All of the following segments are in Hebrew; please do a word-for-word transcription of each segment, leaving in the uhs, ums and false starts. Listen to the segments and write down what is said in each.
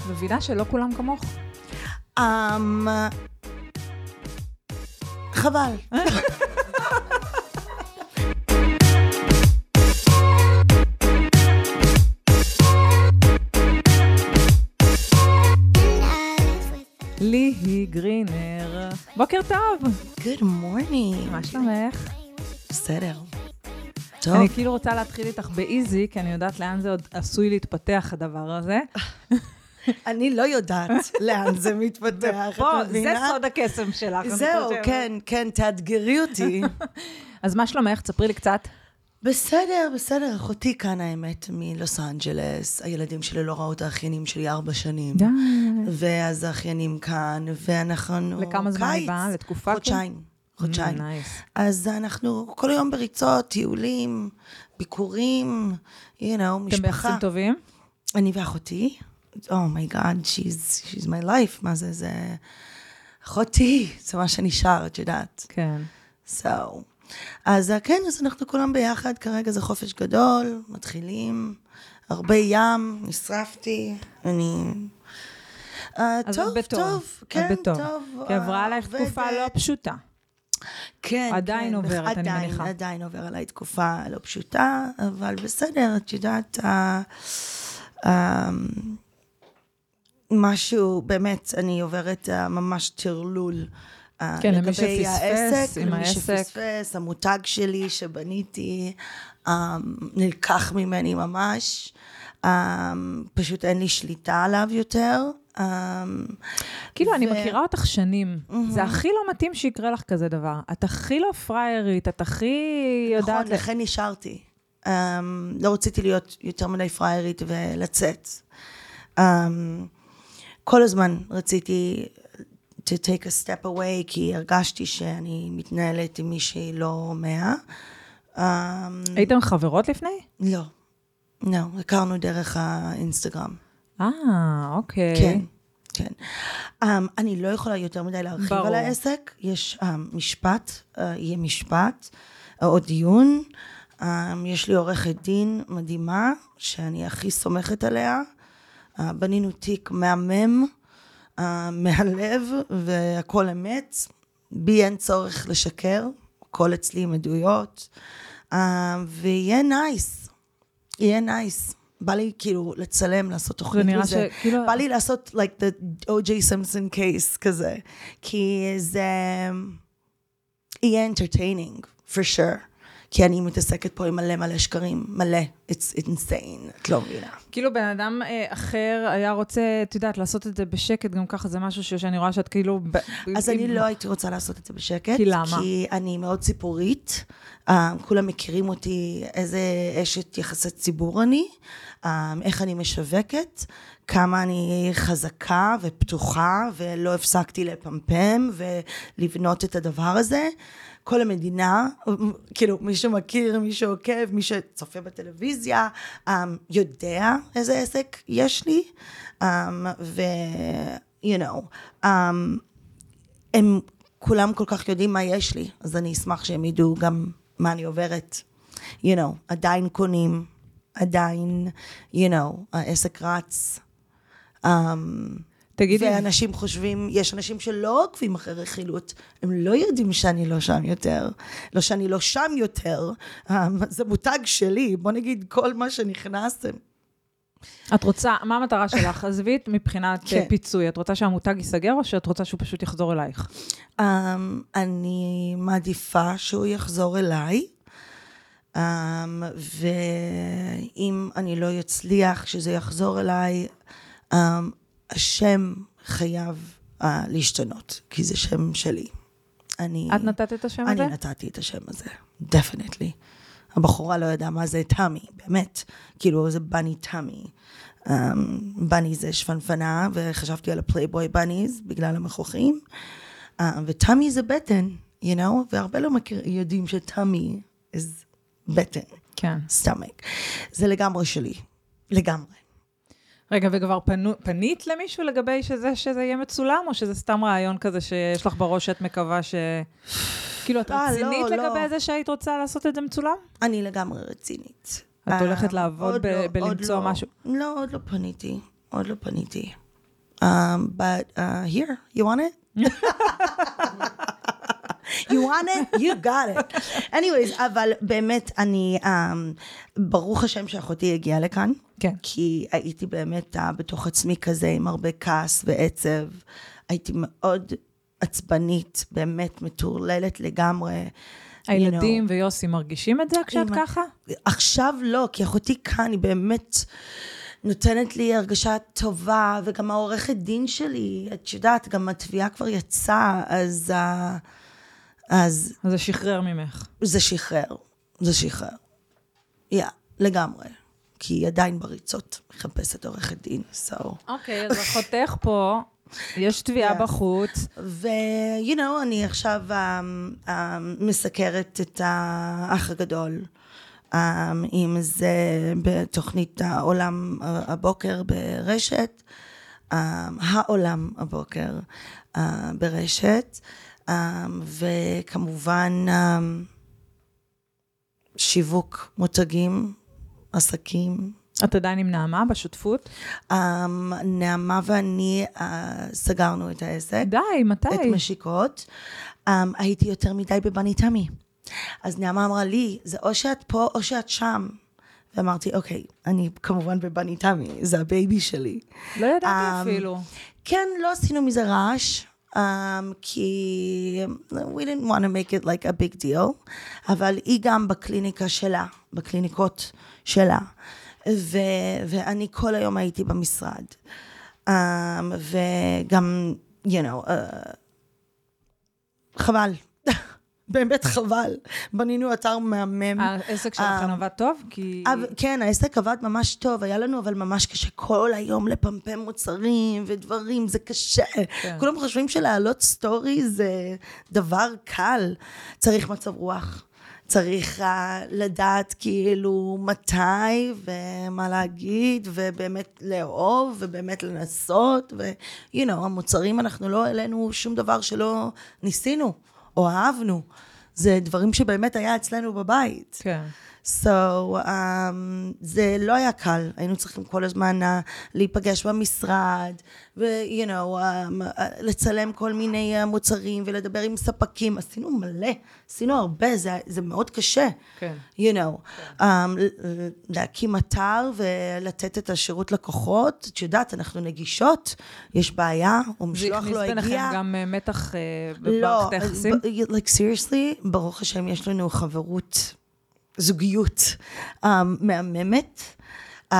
מבינה שלא כולם כמוך. אמ... חבל. ליהי גרינר. בוקר טוב. Good morning. מה שלומך? בסדר. טוב. אני כאילו רוצה להתחיל איתך באיזי, כי אני יודעת לאן זה עוד עשוי להתפתח הדבר הזה. אני לא יודעת לאן זה מתפתח, את מבינה? זה סוד הקסם שלך. זהו, כן, כן, תאתגרי אותי. אז מה שלומך? תספרי לי קצת. בסדר, בסדר. אחותי כאן האמת מלוס אנג'לס. הילדים שלי לא ראו את האחיינים שלי ארבע שנים. די. ואז האחיינים כאן, ואנחנו... לכמה זמן היא באה? לתקופה? חודשיים. חודשיים. נייס. אז אנחנו כל היום בריצות, טיולים, ביקורים, you know, משפחה. אתם ביחסים טובים? אני ואחותי. Oh my God, she's, she's my life. מה זה, זה... אחותי, זה מה שנשאר, את יודעת. כן. So, אז כן, אז אנחנו כולם ביחד, כרגע זה חופש גדול, מתחילים, הרבה ים, נשרפתי, אני... Uh, טוב, טוב, כן, טוב. כי עברה עלייך תקופה לא פשוטה. כן, עדיין כן, עוברת, עדיין, אני מניחה. עדיין עובר עליי תקופה לא פשוטה, אבל בסדר, את יודעת, uh, uh, משהו, באמת, אני עוברת uh, ממש תרלול. כן, למי שפספס, עם למי העסק. שפספס, המותג שלי שבניתי, um, נלקח ממני ממש, um, פשוט אין לי שליטה עליו יותר. Um, כאילו, ו- אני מכירה אותך שנים. Mm-hmm. זה הכי לא מתאים שיקרה לך כזה דבר. את הכי לא פריירית, את הכי יודעת... נכון, לכן נשארתי. Um, לא רציתי להיות יותר מדי פריירית ולצאת. Um, כל הזמן רציתי to take a step away, כי הרגשתי שאני מתנהלת עם מישהי לא מאה. Um, הייתם חברות לפני? לא, לא, הכרנו דרך האינסטגרם. אה, אוקיי. כן, כן. Um, אני לא יכולה יותר מדי להרחיב ברור. על העסק. יש um, משפט, uh, יהיה משפט, uh, או דיון. Um, יש לי עורכת דין מדהימה, שאני הכי סומכת עליה. Uh, בנינו תיק מהמם, uh, מהלב, והכל אמת. בי אין צורך לשקר, הכל אצלי עם עדויות. Uh, ויהיה נייס, יהיה נייס. בא לי כאילו לצלם, לעשות תוכנית לזה. שכאילו... בא לי לעשות like the או ג'יי Simpson case כזה. כי זה יהיה entertaining, for sure. כי אני מתעסקת פה עם מלא מלא שקרים, מלא. It's insane, את לא מבינה. כאילו בן אדם אה, אחר היה רוצה, את יודעת, לעשות את זה בשקט, גם ככה זה משהו שאני רואה שאת כאילו... ב... אז אני לא הייתי רוצה לעשות את זה בשקט. כי למה? כי אני מאוד סיפורית. Uh, כולם מכירים אותי איזה אשת יחסי ציבור אני, uh, איך אני משווקת, כמה אני חזקה ופתוחה, ולא הפסקתי לפמפם ולבנות את הדבר הזה. כל המדינה, כאילו מי שמכיר, מי שעוקב, מי שצופה בטלוויזיה, um, יודע איזה עסק יש לי, um, ו, you know, um, הם כולם כל כך יודעים מה יש לי, אז אני אשמח שהם ידעו גם מה אני עוברת, you know, עדיין קונים, עדיין, you know, העסק רץ, um, תגידי. ואנשים חושבים, יש אנשים שלא עוקבים אחרי רכילות, הם לא יודעים שאני לא שם יותר, לא שאני לא שם יותר, זה מותג שלי, בוא נגיד כל מה שנכנס. את רוצה, מה המטרה שלך? עזבית מבחינת כן. פיצוי, את רוצה שהמותג ייסגר או שאת רוצה שהוא פשוט יחזור אלייך? Um, אני מעדיפה שהוא יחזור אליי, um, ואם אני לא יצליח שזה יחזור אליי, um, השם חייב uh, להשתנות, כי זה שם שלי. אני, את נתת את השם אני הזה? נתתי את השם הזה, definitely. הבחורה לא ידעה מה זה תמי, באמת. כאילו זה בני תמי. Um, בני זה שפנפנה, וחשבתי על הפלייבוי בניז, בגלל המכוחים. Uh, ותמי זה בטן, you know? והרבה לא מכיר, יודעים שתמי is בטן. כן. stomach. זה לגמרי שלי. לגמרי. רגע, וכבר פנו, פנית למישהו לגבי שזה, שזה יהיה מצולם, או שזה סתם רעיון כזה שיש לך בראש שאת מקווה ש... כאילו, את אה, רצינית לא, לגבי לא. זה שהיית רוצה לעשות את זה מצולם? אני לגמרי רצינית. את הולכת לעבוד עוד ב- לא, בלמצוא עוד לא. משהו? לא, עוד לא פניתי. עוד לא פניתי. Um, but uh, here, you want it? You want it? You got it. Anyways, אבל באמת אני, um, ברוך השם שאחותי הגיעה לכאן. כן. כי הייתי באמת uh, בתוך עצמי כזה עם הרבה כעס ועצב. הייתי מאוד עצבנית, באמת מטורללת לגמרי. הילדים you know, ויוסי מרגישים את זה כשאת אמא, ככה? עכשיו לא, כי אחותי כאן היא באמת נותנת לי הרגשה טובה, וגם העורכת דין שלי, את יודעת, גם התביעה כבר יצאה, אז... Uh, אז... אז זה שחרר ממך. זה שחרר, זה שחרר. יא, yeah, לגמרי. כי היא עדיין בריצות, מחפשת עורכת דין, so... אוקיי, אז אחותך פה, יש תביעה Yeah. בחוץ. ו, you know, אני עכשיו um, um, מסקרת את האח הגדול, um, אם זה בתוכנית העולם הבוקר ברשת, um, העולם הבוקר uh, ברשת, um, וכמובן um, שיווק מותגים, עסקים. את עדיין עם נעמה בשותפות? Um, נעמה ואני uh, סגרנו את העסק. די, מתי? את משיקות. Um, הייתי יותר מדי בבני תמי. אז נעמה אמרה לי, זה או שאת פה או שאת שם. ואמרתי, אוקיי, אני כמובן בבני תמי, זה הבייבי שלי. לא ידעתי um, אפילו. כן, לא עשינו מזה רעש. Um, כי we didn't want to make it like a big deal, אבל היא גם בקליניקה שלה, בקליניקות שלה, ו, ואני כל היום הייתי במשרד, um, וגם, you know, uh, חבל, באמת חבל, בנינו אתר מהמם. העסק שלכם עבד טוב? כי... כן, העסק עבד ממש טוב, היה לנו אבל ממש קשה כל היום לפמפם מוצרים ודברים, זה קשה. כן. כולם חושבים שלהעלות סטורי זה דבר קל, צריך מצב רוח. צריך uh, לדעת כאילו מתי ומה להגיד, ובאמת לאהוב, ובאמת לנסות, ו, you know, המוצרים אנחנו לא העלינו שום דבר שלא ניסינו, או אהבנו. זה דברים שבאמת היה אצלנו בבית. כן. So, um, זה לא היה קל. היינו צריכים כל הזמן uh, להיפגש במשרד, ו-you know, um, uh, לצלם כל מיני uh, מוצרים, ולדבר עם ספקים. עשינו מלא, עשינו הרבה, זה, זה מאוד קשה. כן. You know, כן. Um, להקים אתר ולתת את השירות לקוחות. את יודעת, אנחנו נגישות, יש בעיה, או משלוח לא הגיע. זה הכניס ביניכם גם uh, מתח uh, במערכת היחסים? לא, like seriously, ברוך השם, יש לנו חברות, זוגיות um, מהממת, um,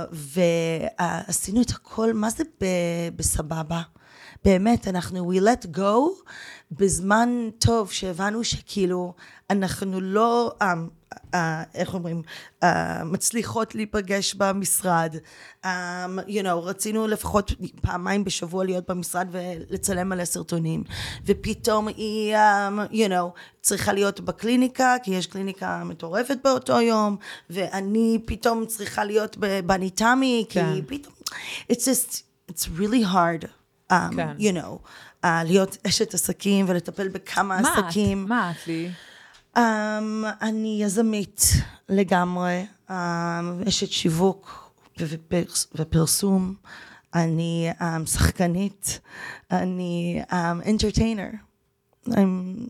ועשינו את הכל, מה זה ב- בסבבה? באמת, אנחנו, we let go, בזמן טוב שהבנו שכאילו, אנחנו לא, um, uh, איך אומרים, uh, מצליחות להיפגש במשרד, um, you know, רצינו לפחות פעמיים בשבוע להיות במשרד ולצלם מלא סרטונים, ופתאום היא, um, you know, צריכה להיות בקליניקה, כי יש קליניקה מטורפת באותו יום, ואני פתאום צריכה להיות בבני תמי, כי כן. פתאום, it's just, it's really hard, um, כן. you know, uh, להיות אשת עסקים ולטפל בכמה מה עסקים. את? מה את לי? Um, אני יזמית לגמרי, um, אשת שיווק ופרס, ופרסום, אני um, שחקנית, אני um, entertainer, I'm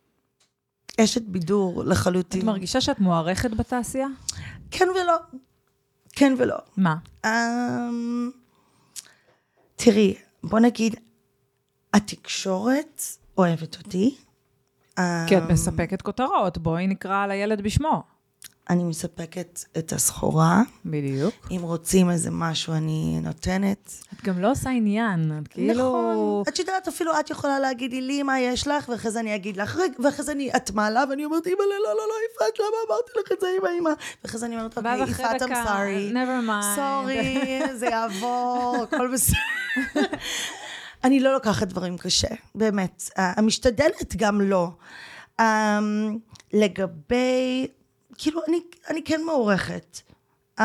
אשת בידור לחלוטין. את מרגישה שאת מוערכת בתעשייה? כן ולא, כן ולא. מה? Um, תראי, בוא נגיד, התקשורת אוהבת אותי, כי את מספקת כותרות, בואי נקרא לילד בשמו. אני מספקת את הסחורה. בדיוק. אם רוצים איזה משהו, אני נותנת. את גם לא עושה עניין, את כאילו... נכון. את יודעת, אפילו את יכולה להגיד לי מה יש לך, ואחרי זה אני אגיד לך, ואחרי זה אני, את מעלה, ואני אומרת, אמא, לא, לא, לא, יפעת, למה אמרתי לך את זה, אמא, אמא? ואחרי זה אני אומרת, אוקיי, יפעת, I'm sorry. never mind. sorry, זה יעבור, הכל בסדר. אני לא לוקחת דברים קשה, באמת. המשתדלת גם לא. לגבי... כאילו, אני, אני כן מעורכת. Um,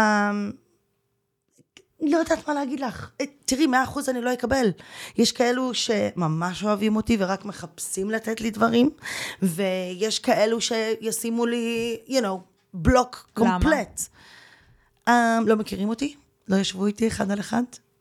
לא יודעת מה להגיד לך. תראי, מאה אחוז אני לא אקבל. יש כאלו שממש אוהבים אותי ורק מחפשים לתת לי דברים, ויש כאלו שישימו לי, you know, בלוק קומפלט. Um, לא מכירים אותי? לא ישבו איתי אחד על אחד?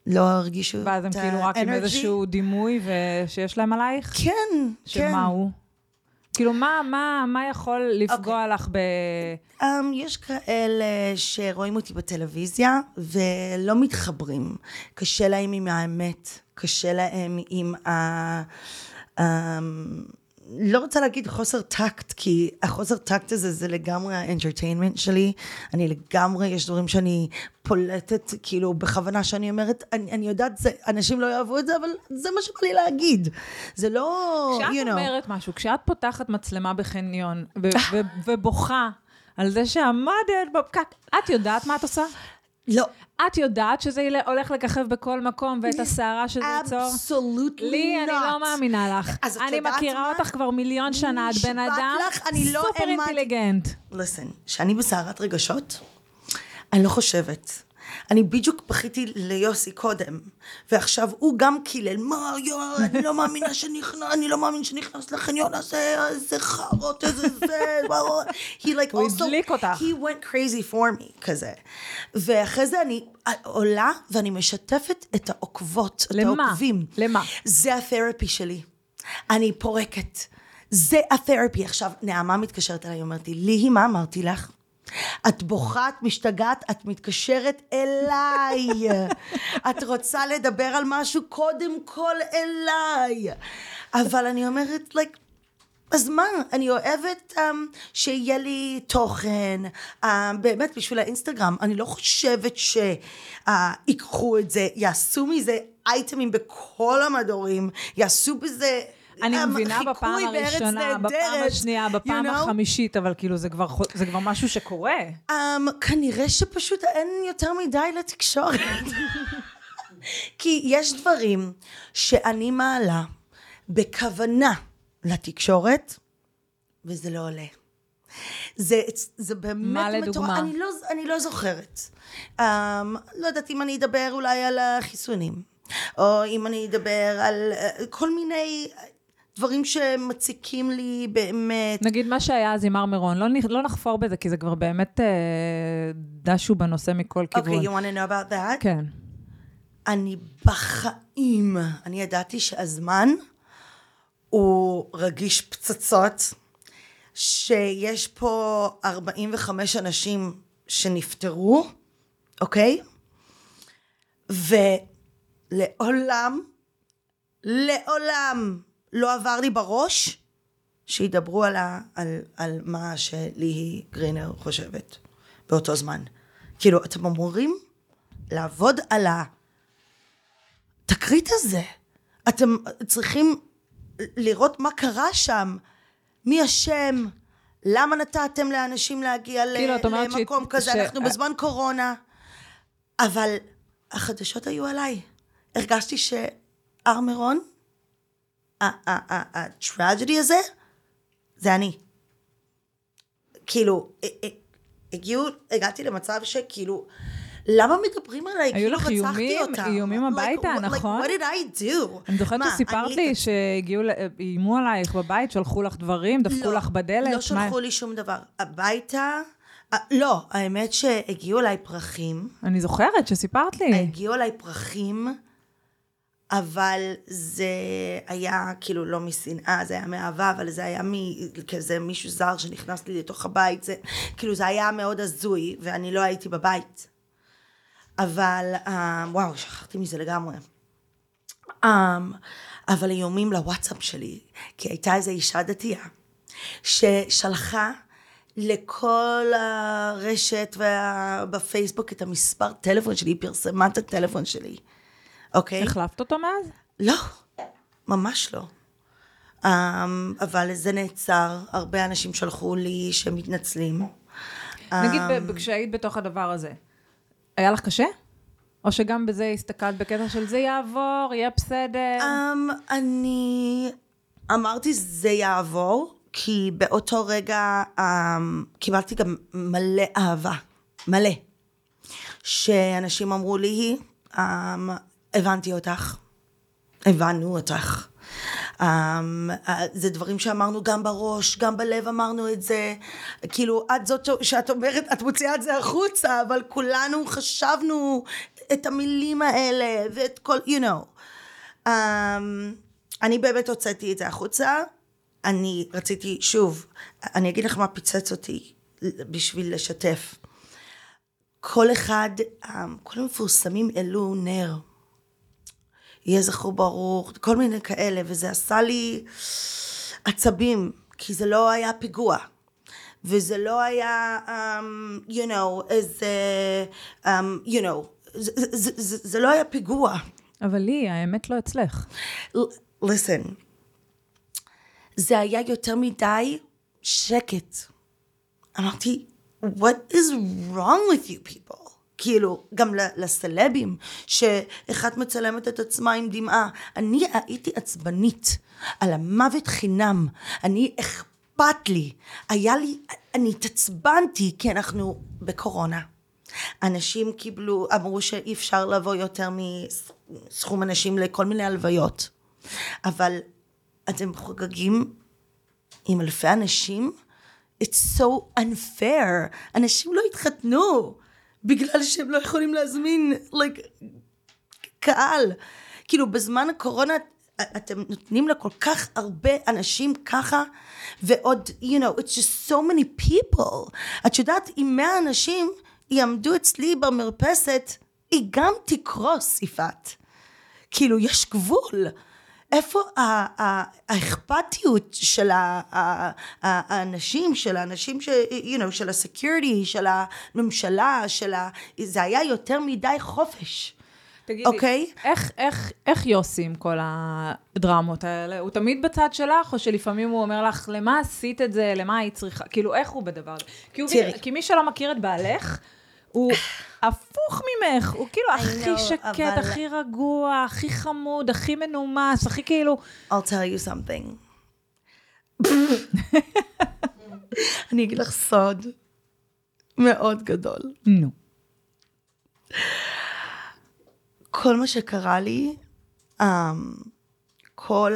לא הרגישו את ואז הם כאילו רק עם איזשהו דימוי שיש להם עלייך? כן, כן. שמה הוא? כאילו, מה, מה, מה יכול לפגוע okay. לך ב... Um, יש כאלה שרואים אותי בטלוויזיה ולא מתחברים. קשה להם עם האמת, קשה להם עם ה... Um, לא רוצה להגיד חוסר טקט, כי החוסר טקט הזה זה לגמרי האנטרטיינמנט שלי. אני לגמרי, יש דברים שאני פולטת, כאילו, בכוונה שאני אומרת, אני, אני יודעת, זה, אנשים לא יאהבו את זה, אבל זה מה שבא לי להגיד. זה לא, כשאת you know. אומרת משהו, כשאת פותחת מצלמה בחניון, ו- ו- ובוכה על זה שעמדת בפקק, את יודעת מה את עושה? לא. את יודעת שזה הולך לככב בכל מקום, ואת השערה שזה ייצור? Absolutely not. לי, אני לא מאמינה לך. אני מכירה אותך כבר מיליון שנה, את בן אדם סופר אינטליגנט. listen, שאני בסערת רגשות, אני לא חושבת. אני בדיוק בכיתי ליוסי קודם, ועכשיו הוא גם קילל, מה, יו, אני לא מאמינה שנכנס, אני לא מאמין שנכנס לחניון הזה, איזה חרות, איזה זה, he like הוא also, הדליק אותך. he went crazy for me, כזה. ואחרי זה אני עולה, ואני משתפת את העוקבות, את העוקבים. למה? זה התרפי שלי. אני פורקת. זה התרפי. עכשיו, נעמה מתקשרת אליי, אומרת לי, לי, מה אמרתי לך? את בוכה, את משתגעת, את מתקשרת אליי. את רוצה לדבר על משהו קודם כל אליי. אבל אני אומרת, like, אז מה? אני אוהבת um, שיהיה לי תוכן, um, באמת בשביל האינסטגרם. אני לא חושבת שיקחו את זה, יעשו מזה אייטמים בכל המדורים, יעשו בזה... אני מבינה בפעם הראשונה, בפעם השנייה, בפעם החמישית, אבל כאילו זה כבר, זה כבר משהו שקורה. Um, כנראה שפשוט אין יותר מדי לתקשורת. כי יש דברים שאני מעלה בכוונה לתקשורת, וזה לא עולה. זה, זה באמת... מה לדוגמה? אני לא, אני לא זוכרת. Um, לא יודעת אם אני אדבר אולי על החיסונים, או אם אני אדבר על uh, כל מיני... דברים שמציקים לי באמת. נגיד מה שהיה אז עם הר מירון, לא, לא נחפור בזה, כי זה כבר באמת אה, דשו בנושא מכל כיוון. אוקיי, okay, you want to know about that? כן. אני בחיים, אני ידעתי שהזמן הוא רגיש פצצות, שיש פה ארבעים וחמישה אנשים שנפטרו, אוקיי? ולעולם, לעולם, לא עבר לי בראש שידברו על, ה, על, על מה שלי גרינר חושבת באותו זמן. כאילו, אתם אמורים לעבוד על התקרית הזה. אתם צריכים לראות מה קרה שם, מי אשם, למה נתתם לאנשים להגיע כאילו, למקום ש... כזה, ש... אנחנו בזמן קורונה. אבל החדשות היו עליי. הרגשתי שהר מירון, הטרג'די הזה, זה אני. כאילו, הגיעו, הגעתי למצב שכאילו, למה מדברים עליי? היו לך איומים, איומים הביתה, נכון? What did I do? אני זוכרת שסיפרת לי שהגיעו, איימו עלייך בבית, שלחו לך דברים, דפקו לך בדלת. לא שלחו לי שום דבר. הביתה, לא, האמת שהגיעו עליי פרחים. אני זוכרת שסיפרת לי. הגיעו עליי פרחים, אבל זה היה כאילו לא משנאה, זה היה מאהבה, אבל זה היה כזה מישהו זר שנכנס לי לתוך הבית, זה, כאילו זה היה מאוד הזוי, ואני לא הייתי בבית. אבל, um, וואו, שכחתי מזה לגמרי. Um, אבל איומים לוואטסאפ שלי, כי הייתה איזו אישה דתייה, ששלחה לכל הרשת ובפייסבוק את המספר טלפון שלי, היא פרסמה את הטלפון שלי. אוקיי? החלפת אותו מאז? לא, ממש לא. Um, אבל זה נעצר, הרבה אנשים שלחו לי שמתנצלים. נגיד, um, כשהיית בתוך הדבר הזה, היה לך קשה? או שגם בזה הסתכלת בקטע של זה יעבור, יהיה בסדר? Um, אני אמרתי זה יעבור, כי באותו רגע um, קיבלתי גם מלא אהבה, מלא. שאנשים אמרו לי, um, הבנתי אותך, הבנו אותך. זה דברים שאמרנו גם בראש, גם בלב אמרנו את זה, כאילו את זאת שאת אומרת, את מוציאה את זה החוצה, אבל כולנו חשבנו את המילים האלה, ואת כל, you know. Um, אני באמת הוצאתי את זה החוצה, אני רציתי, שוב, אני אגיד לך מה פיצץ אותי בשביל לשתף. כל אחד, um, כל המפורסמים אלו נר. יהיה זכרו ברוך, כל מיני כאלה, וזה עשה לי עצבים, כי זה לא היה פיגוע. וזה לא היה, um, you know, איזה, um, you know, זה, זה, זה, זה לא היה פיגוע. אבל לי, האמת לא אצלך. listen, זה היה יותר מדי שקט. אמרתי, what is wrong with you people? כאילו, גם לסלבים, שאחת מצלמת את עצמה עם דמעה. אני הייתי עצבנית על המוות חינם. אני אכפת לי. היה לי, אני התעצבנתי, כי אנחנו בקורונה. אנשים קיבלו, אמרו שאי אפשר לבוא יותר מסכום אנשים לכל מיני הלוויות. אבל אתם חוגגים עם אלפי אנשים, it's so unfair. אנשים לא התחתנו, בגלל שהם לא יכולים להזמין, like, קהל. כאילו, בזמן הקורונה, אתם נותנים לכל כך הרבה אנשים ככה, ועוד, you know, it's just so many people. את יודעת, עם מאה אנשים, יעמדו אצלי במרפסת, היא גם תקרוס, יפעת. כאילו, יש גבול. איפה האכפתיות של האנשים, של האנשים, you know, של הסקיוריטי, של הממשלה, של ה... זה היה יותר מדי חופש. תגידי, okay? איך, איך, איך יוסי עם כל הדרמות האלה? הוא תמיד בצד שלך, או שלפעמים הוא אומר לך, למה עשית את זה, למה היית צריכה? כאילו, איך הוא בדבר? כי, הוא, כי מי שלא מכיר את בעלך, הוא הפוך ממך, הוא כאילו הכי know, שקט, אבל... הכי רגוע, הכי חמוד, הכי מנומס, הכי כאילו... I'll tell you something. אני אגיד לך סוד מאוד גדול. נו. כל מה שקרה לי, um, כל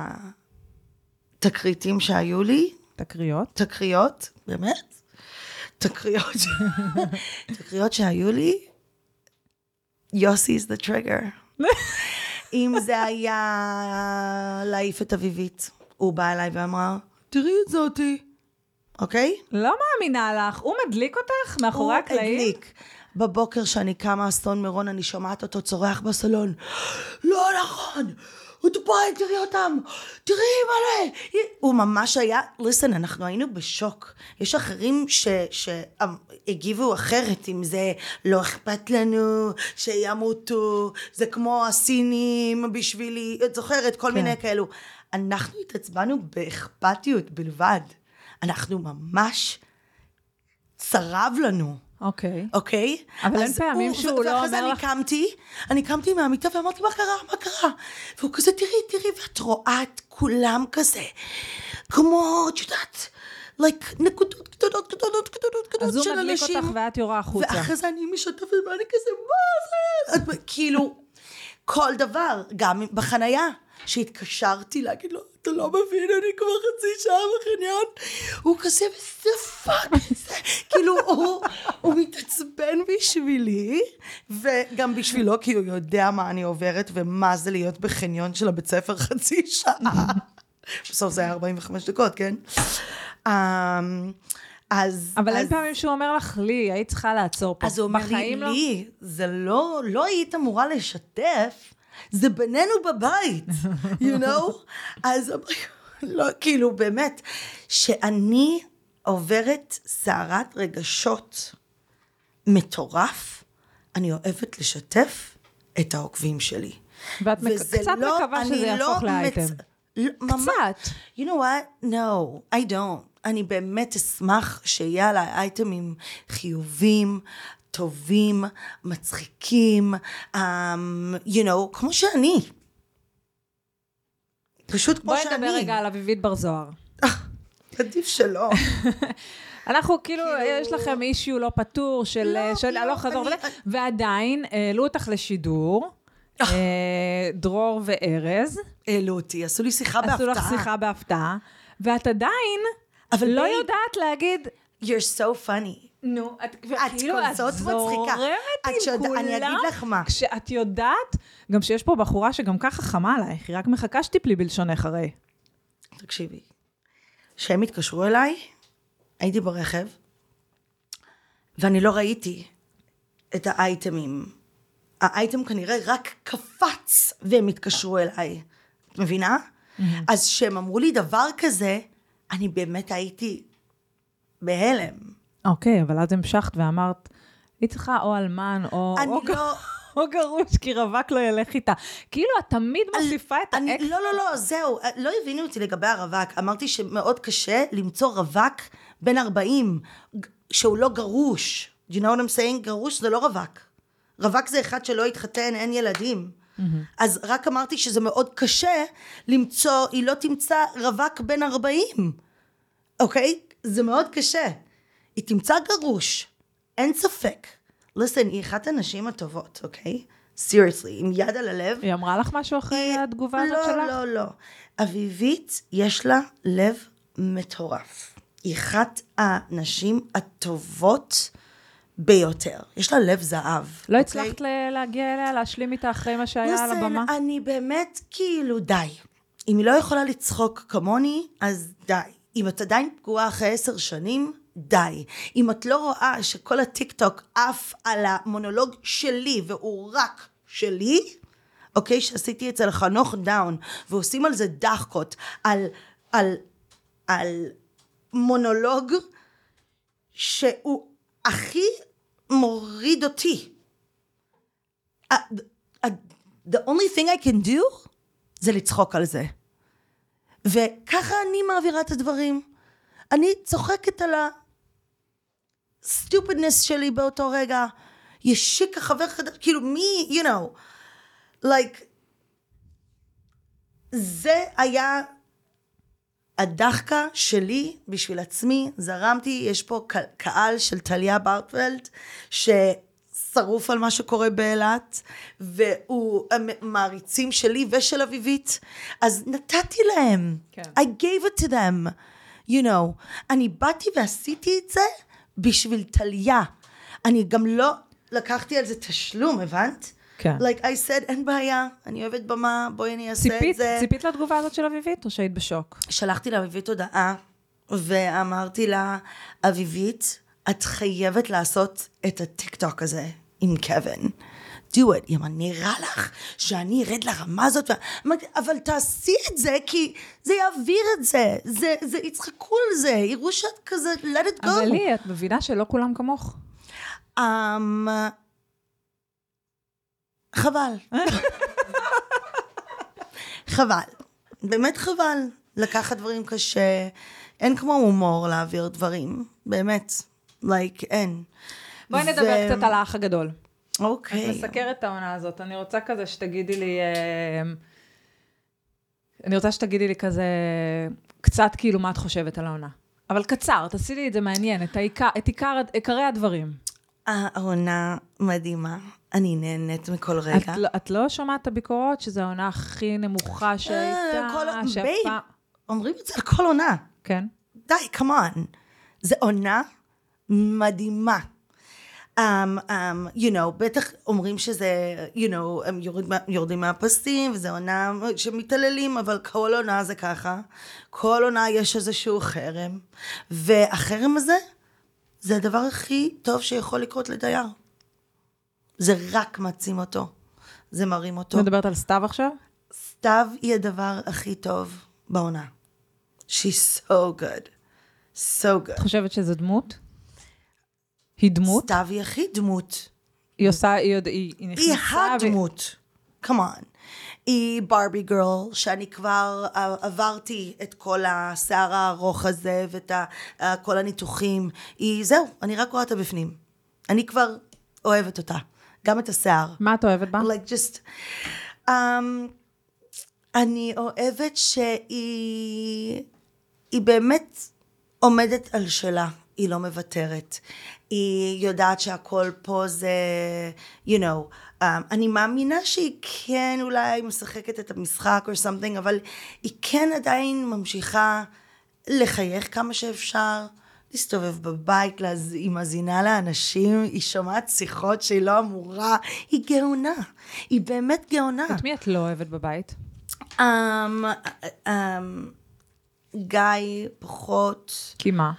התקריטים שהיו לי, תקריות? תקריות, באמת? תקריות, תקריות שהיו לי, יוסי is the trigger. אם זה היה להעיף את אביבית, הוא בא אליי ואמר, תראי את זאתי, אוקיי? לא מאמינה לך, הוא מדליק אותך מאחורי הקלעים? הוא מדליק. בבוקר שאני קמה אסון מירון, אני שומעת אותו צורח בסלון, לא נכון, הוא בואי, תראי אותם, תראי מלא. הוא ממש היה, listen, אנחנו היינו בשוק. יש אחרים שהגיבו אחרת, אם זה לא אכפת לנו, שימותו, זה כמו הסינים בשבילי, את זוכרת, כל מיני כאלו. אנחנו התעצבנו באכפתיות בלבד. אנחנו ממש צרב לנו. אוקיי. אוקיי? אבל אין פעמים שהוא לא אומר לך... ואחרי זה אני קמתי, אני קמתי מהמיטה ואמרתי, מה קרה? מה קרה? והוא כזה, תראי, תראי, ואת רואה את כולם כזה, כמו, את יודעת, like, נקודות קטנות, קטנות, קטנות, קטנות של אנשים. אז הוא מדליק אותך ואת יורה החוצה. ואחרי זה אני משתפת, ואני כזה, מה זה? כאילו, כל דבר, גם בחנייה, שהתקשרתי להגיד לו, אתה לא מבין, אני כבר חצי שעה בחניון, הוא כזה, וזה פאק, כאילו, הוא, הוא מתעצבן בשבילי, וגם בשבילו, כי הוא יודע מה אני עוברת, ומה זה להיות בחניון של הבית ספר חצי שעה. בסוף זה היה ארבעים וחמש דקות, כן? אז... אבל אז, אין פעמים שהוא אומר לך, לי, היית צריכה לעצור פה. אז הוא אומר לי, לא? לי, זה לא, לא היית אמורה לשתף, זה בינינו בבית, you know? אז לא, כאילו, באמת, שאני עוברת סערת רגשות מטורף, אני אוהבת לשתף את העוקבים שלי. ואת קצת לא, מקווה שזה יהפוך לא לאייטם. מצ... קצת. You know what? No, I don't. אני באמת אשמח שיהיה על האייטמים חיובים, טובים, מצחיקים, um, you know, כמו שאני. פשוט כמו שאני. בואי נדבר רגע על אביבית בר זוהר. עדיף שלא. אנחנו כאילו, יש לכם אישיו לא פתור של לא חזור, ועדיין העלו אותך לשידור, דרור וארז. העלו אותי, עשו לי שיחה בהפתעה. עשו לך שיחה בהפתעה, ואת עדיין לא יודעת להגיד... You're so funny. נו, את כאילו, את זורמת עם כולם. אני אגיד לך מה. כשאת יודעת, גם שיש פה בחורה שגם ככה חמה עלייך, היא רק מחכה שתיפלי בלשונך הרי. תקשיבי, שהם התקשרו אליי, הייתי ברכב, ואני לא ראיתי את האייטמים. האייטם כנראה רק קפץ והם התקשרו אליי. את מבינה? Mm-hmm. אז שהם אמרו לי דבר כזה, אני באמת הייתי בהלם. אוקיי, אבל אז המשכת ואמרת, היא צריכה או אלמן או, או, לא... או גרוש, כי רווק לא ילך איתה. כאילו, את תמיד מוסיפה את אני, האקס. לא, לא, לא, זהו, לא הבינו אותי לגבי הרווק. אמרתי שמאוד קשה למצוא רווק בן ארבעים, שהוא לא גרוש. Do you know what I'm saying? גרוש זה לא רווק. רווק זה אחד שלא התחתן, אין ילדים. Mm-hmm. אז רק אמרתי שזה מאוד קשה למצוא, היא לא תמצא רווק בן ארבעים. אוקיי? זה מאוד קשה. היא תמצא גרוש. אין ספק. listen, היא אחת הנשים הטובות, אוקיי? seriously, עם יד על הלב. היא אמרה לך משהו אחרי היא... התגובה הזאת לא, שלך? לא, לא, לא. אביבית, יש לה לב מטורף. היא אחת הנשים הטובות ביותר. יש לה לב זהב. לא אוקיי? הצלחת להגיע אליה, להשלים איתה אחרי מה שהיה על הבמה? listen, אני באמת כאילו די. אם היא לא יכולה לצחוק כמוני, אז די. אם את עדיין פגועה אחרי עשר שנים, די. אם את לא רואה שכל הטיק טוק עף על המונולוג שלי, והוא רק שלי, אוקיי, שעשיתי אצל חנוך דאון, ועושים על זה דחקות, על, על, על מונולוג, שהוא הכי מוריד אותי. Uh, uh, the only thing I can do, זה לצחוק על זה. וככה אני מעבירה את הדברים. אני צוחקת על הסטופדנס שלי באותו רגע. ישיק החבר חדש, כאילו מי, you know, like, זה היה הדחקה שלי בשביל עצמי, זרמתי, יש פה קהל של טליה ברטפלד, ששרוף על מה שקורה באילת, והוא מעריצים שלי ושל אביבית, אז נתתי להם, כן. I gave it to them, you know, אני באתי ועשיתי את זה בשביל טליה, אני גם לא לקחתי על זה תשלום, הבנת? כן. like I said, אין בעיה, אני אוהבת במה, בואי אני אעשה ציפית, את זה. ציפית לתגובה הזאת של אביבית, או שהיית בשוק? שלחתי לאביבית הודעה, ואמרתי לה, אביבית, את חייבת לעשות את הטיק טוק הזה עם קווין. do it. היא אמרה, נראה לך שאני ארד לרמה הזאת, אבל תעשי את זה, כי זה יעביר את זה, זה, זה יצחקו על זה, יראו שאת כזה, let it go. אבל לי, את מבינה שלא כולם כמוך. Um, חבל. חבל. באמת חבל. לקחת דברים קשה. אין כמו הומור להעביר דברים. באמת. like, אין. בואי ו... נדבר קצת על האח הגדול. אוקיי. את מסקרת את העונה הזאת. אני רוצה כזה שתגידי לי... אני רוצה שתגידי לי כזה... קצת כאילו מה את חושבת על העונה. אבל קצר, תעשי לי את זה מעניין. את העיקר, את עיקר, עיקרי הדברים. העונה מדהימה. אני נהנית מכל רגע. את, את לא שומעת את הביקורות שזו העונה הכי נמוכה שהייתה? כל... בייב, אומרים את זה על כל עונה. כן. די, come on. זה עונה מדהימה. Um, um, you know, בטח אומרים שזה, you know, הם יורד, יורדים מהפסים, וזה עונה שמתעללים, אבל כל עונה זה ככה. כל עונה יש איזשהו חרם. והחרם הזה, זה הדבר הכי טוב שיכול לקרות לדייר. זה רק מעצים אותו. זה מרים אותו. מדברת על סתיו עכשיו? סתיו היא הדבר הכי טוב בעונה. She's so good. So good. את חושבת שזו דמות? היא דמות? סתיו היא הכי דמות. היא עושה, היא, היא, היא נכנסה... היא הדמות. ו... come on. היא ברבי גרל, שאני כבר עברתי את כל השיער הארוך הזה, ואת כל הניתוחים. היא, זהו, אני רק רואה אותה בפנים. אני כבר אוהבת אותה. גם את השיער. מה את אוהבת בה? like just... Um, אני אוהבת שהיא... היא באמת עומדת על שלה. היא לא מוותרת. היא יודעת שהכל פה זה, you know, um, אני מאמינה שהיא כן אולי משחקת את המשחק או something, אבל היא כן עדיין ממשיכה לחייך כמה שאפשר, להסתובב בבית, היא מזינה לאנשים, היא שומעת שיחות שהיא לא אמורה, היא גאונה, היא באמת גאונה. את מי את לא אוהבת בבית? Um, um, גיא פחות. כי מה?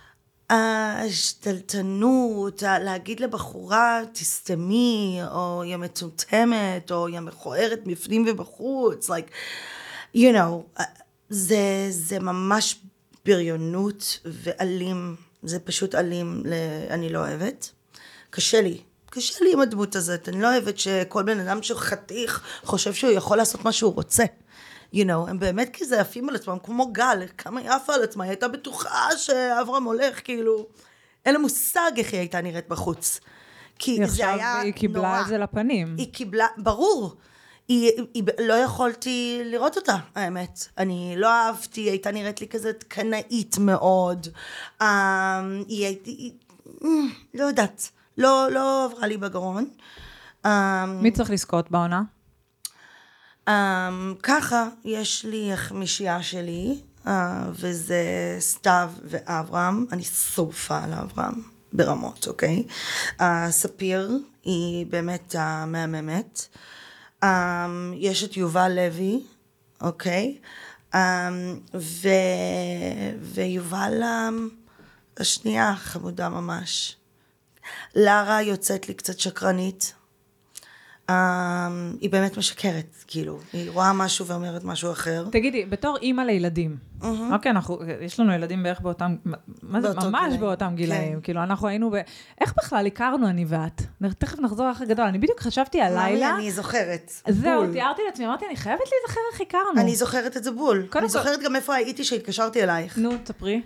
השתלטנות, להגיד לבחורה תסתמי, או היא מטומטמת, או היא מכוערת בפנים ובחוץ, like, you know, זה, זה ממש בריונות ואלים, זה פשוט אלים, אני לא אוהבת. קשה לי, קשה לי עם הדמות הזאת, אני לא אוהבת שכל בן אדם שחתיך חושב שהוא יכול לעשות מה שהוא רוצה. you know, הם באמת כזה עפים על עצמם, כמו גל, כמה היא עפה על עצמה, היא הייתה בטוחה שאברהם הולך, כאילו, אין לה מושג איך היא הייתה נראית בחוץ. כי זה היה נורא. היא קיבלה את זה לפנים. היא קיבלה, ברור, היא, היא, לא יכולתי לראות אותה, האמת. אני לא אהבתי, היא הייתה נראית לי כזה קנאית מאוד. Um, היא הייתה, לא יודעת, לא, לא עברה לי בגרון. Um, מי צריך לזכות בעונה? Um, ככה, יש לי החמישייה שלי, uh, וזה סתיו ואברהם, אני שרופה על אברהם ברמות, אוקיי? Uh, ספיר היא באמת המהממת. Uh, יש את יובל לוי, אוקיי? Um, ו... ויובל um, השנייה חמודה ממש. לרה יוצאת לי קצת שקרנית. Um, היא באמת משקרת, כאילו, היא רואה משהו ואומרת משהו אחר. תגידי, בתור אימא לילדים, mm-hmm. אוקיי, אנחנו, יש לנו ילדים בערך באותם, מה זה, ממש גילאים. באותם גילאים, כן. כאילו, אנחנו היינו ב... איך בכלל הכרנו אני ואת? תכף נחזור אחרי גדול, אני בדיוק חשבתי הלילה. אני זוכרת. זהו, בול. תיארתי לעצמי, אמרתי, אני חייבת להיזכר איך הכרנו. אני זוכרת את זה בול. אני זוכרת גם איפה הייתי שהתקשרתי אלייך. נו, תפרי.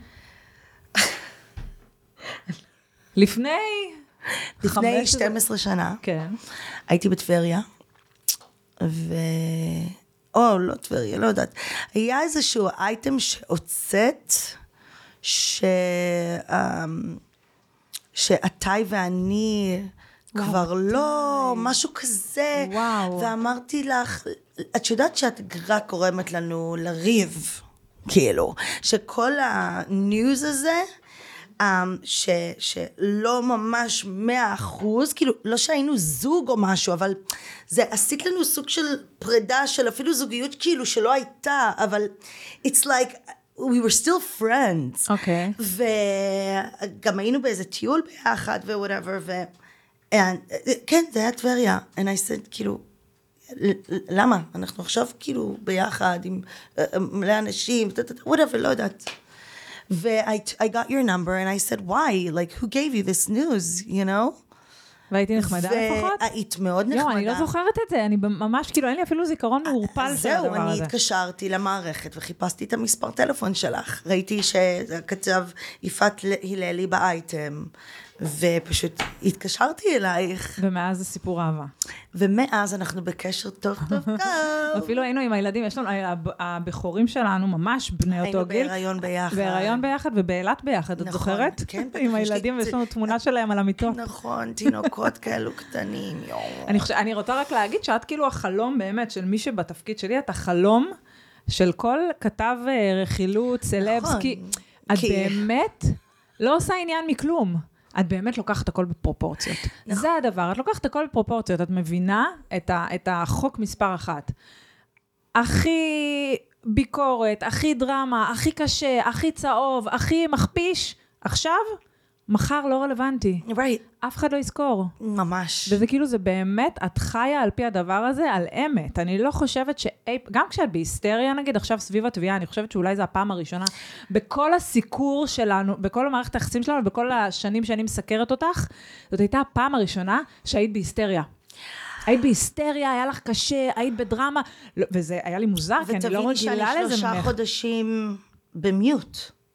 לפני... לפני שתים עשרה שנה, כן. הייתי בטבריה, ו... או, לא טבריה, לא יודעת. היה איזשהו אייטם שהוצאת, ש... שאתי ואני כבר לא, משהו כזה. וואו. ואמרתי לך, את יודעת שאת רק גורמת לנו לריב, כאילו, שכל הניוז הזה, Um, ש, שלא ממש מאה אחוז, כאילו, לא שהיינו זוג או משהו, אבל זה עשית לנו סוג של פרידה, של אפילו זוגיות כאילו שלא הייתה, אבל it's like, we were still friends. אוקיי. Okay. וגם היינו באיזה טיול ביחד, ו-whatever, ו... and, כן, זה היה טבריה, and I said, כאילו, למה? אנחנו עכשיו כאילו ביחד עם מלא אנשים, whatever, לא יודעת. ו- I got your number and I said, why? Like, who gave you this news, you know? והייתי נחמדה לפחות? והיית מאוד נחמדה. לא, אני לא זוכרת את זה, אני ממש, כאילו, אין לי אפילו זיכרון מעורפל של הדבר הזה. זהו, אני התקשרתי למערכת וחיפשתי את המספר טלפון שלך. ראיתי שכתב יפעת הללי באייטם, ופשוט התקשרתי אלייך. ומאז זה סיפור אהבה. ומאז אנחנו בקשר טוב טוב טוב. אפילו היינו עם הילדים, יש לנו, הבחורים שלנו ממש בני אותו גיל. היינו בהיריון ביחד. בהיריון ביחד ובאילת ביחד, את זוכרת? כן. עם הילדים, ויש לנו תמונה שלהם על המיטות. נכון, תינוקות כאלו קטנים. אני רוצה רק להגיד שאת כאילו החלום באמת של מי שבתפקיד שלי, את החלום של כל כתב רכילות, סלבסקי. את באמת לא עושה עניין מכלום. את באמת לוקחת הכל בפרופורציות. זה הדבר, את לוקחת הכל בפרופורציות, את מבינה את, ה, את החוק מספר אחת. הכי ביקורת, הכי דרמה, הכי קשה, הכי צהוב, הכי מכפיש, עכשיו, מחר לא רלוונטי. Right. אף אחד לא יזכור. ממש. וזה כאילו, זה באמת, את חיה על פי הדבר הזה, על אמת. אני לא חושבת ש... גם כשאת בהיסטריה, נגיד, עכשיו סביב התביעה, אני חושבת שאולי זו הפעם הראשונה, בכל הסיקור שלנו, בכל המערכת היחסים שלנו, בכל השנים שאני מסקרת אותך, זאת הייתה הפעם הראשונה שהיית בהיסטריה. היית בהיסטריה, היה לך קשה, היית בדרמה, וזה היה לי מוזר, כי אני לא רגילה לזה ממך. ותביני שאני שלושה חודשים במיוט.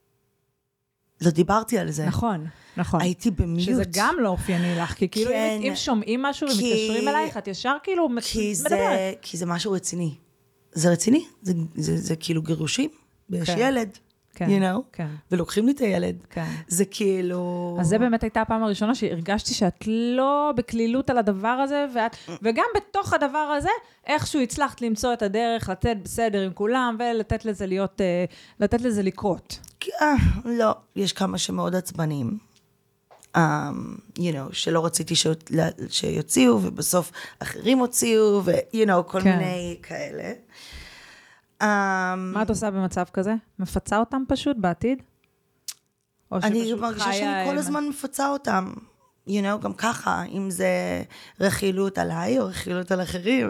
לא דיברתי על זה. נכון, נכון. הייתי במיוט. שזה גם לא אופייני לך, כי כאילו כן, אם שומעים משהו כי, ומתקשרים אלייך, את ישר כאילו כי מדברת. זה, כי זה משהו רציני. זה רציני? זה, זה, זה, זה כאילו גירושים? ויש כן. ילד. כן, you know? כן. ולוקחים לי את הילד. כן. זה כאילו... אז זה באמת הייתה הפעם הראשונה שהרגשתי שאת לא בכלילות על הדבר הזה, ואת, וגם בתוך הדבר הזה, איכשהו הצלחת למצוא את הדרך, לתת בסדר עם כולם, ולתת לזה להיות, לתת לזה לקרות. לא, יש כמה שמאוד עצבנים. Um, you know, שלא רציתי ש... שיוציאו, ובסוף אחרים הוציאו, ו- you know, כל כן. מיני כאלה. Um, מה את עושה במצב כזה? מפצה אותם פשוט בעתיד? אני מרגישה שאני כל הזמן מפצה אותם. you know, גם ככה, אם זה רכילות עליי, או רכילות על אחרים.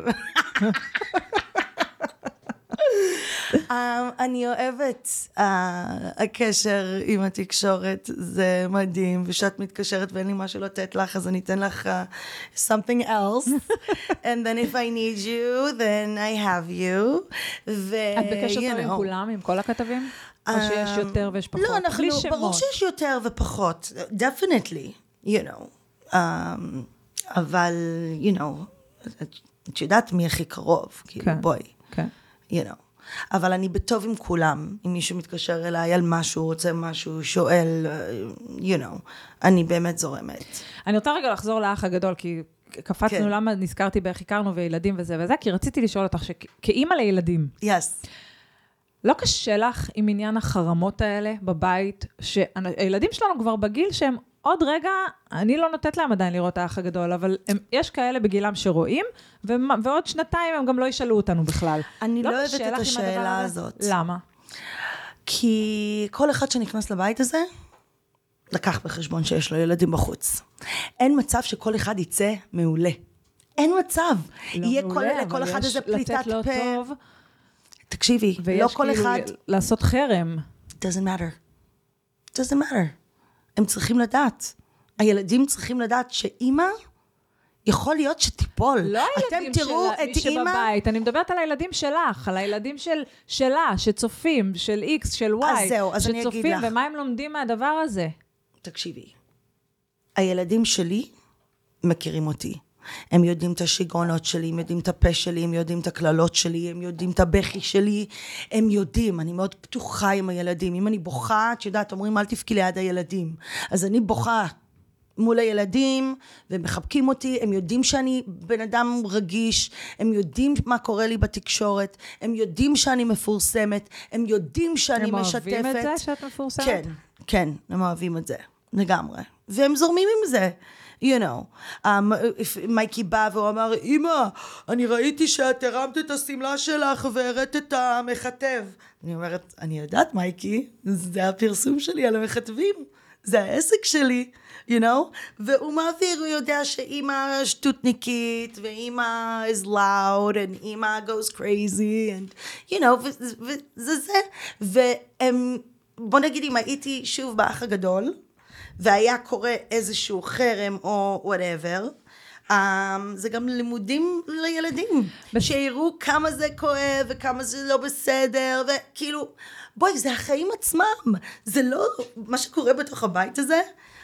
um, אני אוהבת uh, הקשר עם התקשורת, זה מדהים, ושאת מתקשרת ואין לי משהו לתת לך, אז אני אתן לך uh, something else, and then if I need you, then I have you. ו- את בקשר you טוב עם know. כולם, עם כל הכתבים? או שיש יותר ויש פחות? לא, אנחנו, ברור שיש יותר ופחות, definitely, you know. Um, אבל, you know, את יודעת מי הכי קרוב, כאילו, בואי. כן. you know. אבל אני בטוב עם כולם, אם מישהו מתקשר אליי על משהו, רוצה משהו, שואל, you know, אני באמת זורמת. אני רוצה רגע לחזור לאח הגדול, כי קפצנו כן. למה נזכרתי באיך הכרנו וילדים וזה וזה, כי רציתי לשאול אותך שכאימא לילדים, yes. לא קשה לך עם עניין החרמות האלה בבית, שהילדים שלנו כבר בגיל שהם עוד רגע, אני לא נותנת להם עדיין לראות האח הגדול, אבל הם, יש כאלה בגילם שרואים, ו, ועוד שנתיים הם גם לא ישאלו אותנו בכלל. אני לא, לא אוהבת את השאלה הזאת. למה? כי כל אחד שנכנס לבית הזה, לקח בחשבון שיש לו ילדים בחוץ. אין מצב שכל אחד יצא מעולה. אין מצב. לא יהיה מעולה, כל, כל אחד איזה פליטת לא פה. טוב, תקשיבי, לא כל כאילו אחד... לעשות חרם. doesn't matter. doesn't matter. הם צריכים לדעת. הילדים צריכים לדעת שאימא יכול להיות שתיפול. לא הילדים של מי שבבית, אני מדברת על הילדים שלך, על הילדים של, שלה, שצופים, של X, של Y, אז זהו, אז אני אגיד לך. ומה הם לומדים מהדבר הזה? תקשיבי, הילדים שלי מכירים אותי. הם יודעים את השיגעונות שלי, הם יודעים את הפה שלי, הם יודעים את הכללות שלי, הם יודעים את הבכי שלי, הם יודעים, אני מאוד פתוחה עם הילדים. אם אני בוכה, את יודעת, אומרים, אל תפקי ליד הילדים. אז אני בוכה מול הילדים, והם מחבקים אותי, הם יודעים שאני בן אדם רגיש, הם יודעים מה קורה לי בתקשורת, הם יודעים שאני מפורסמת, הם יודעים שאני הם משתפת. הם אוהבים את זה שאת מפורסמת? כן, כן, הם אוהבים את זה, לגמרי. והם זורמים עם זה. you know, um, מייקי בא והוא אמר, אמא, אני ראיתי שאת הרמת את הסמלה שלך והראית את המכתב. אני אומרת, אני יודעת מייקי, זה הפרסום שלי על המכתבים, זה העסק שלי, you know, והוא מעביר, הוא יודע שאמא שטוטניקית, ואמא is loud, and אמא goes crazy, and you know, וזה זה, והם, בוא נגיד אם הייתי שוב באח הגדול, והיה קורה איזשהו חרם או whatever, um, זה גם לימודים לילדים, שיראו כמה זה כואב וכמה זה לא בסדר, וכאילו, בואי, זה החיים עצמם, זה לא, מה שקורה בתוך הבית הזה,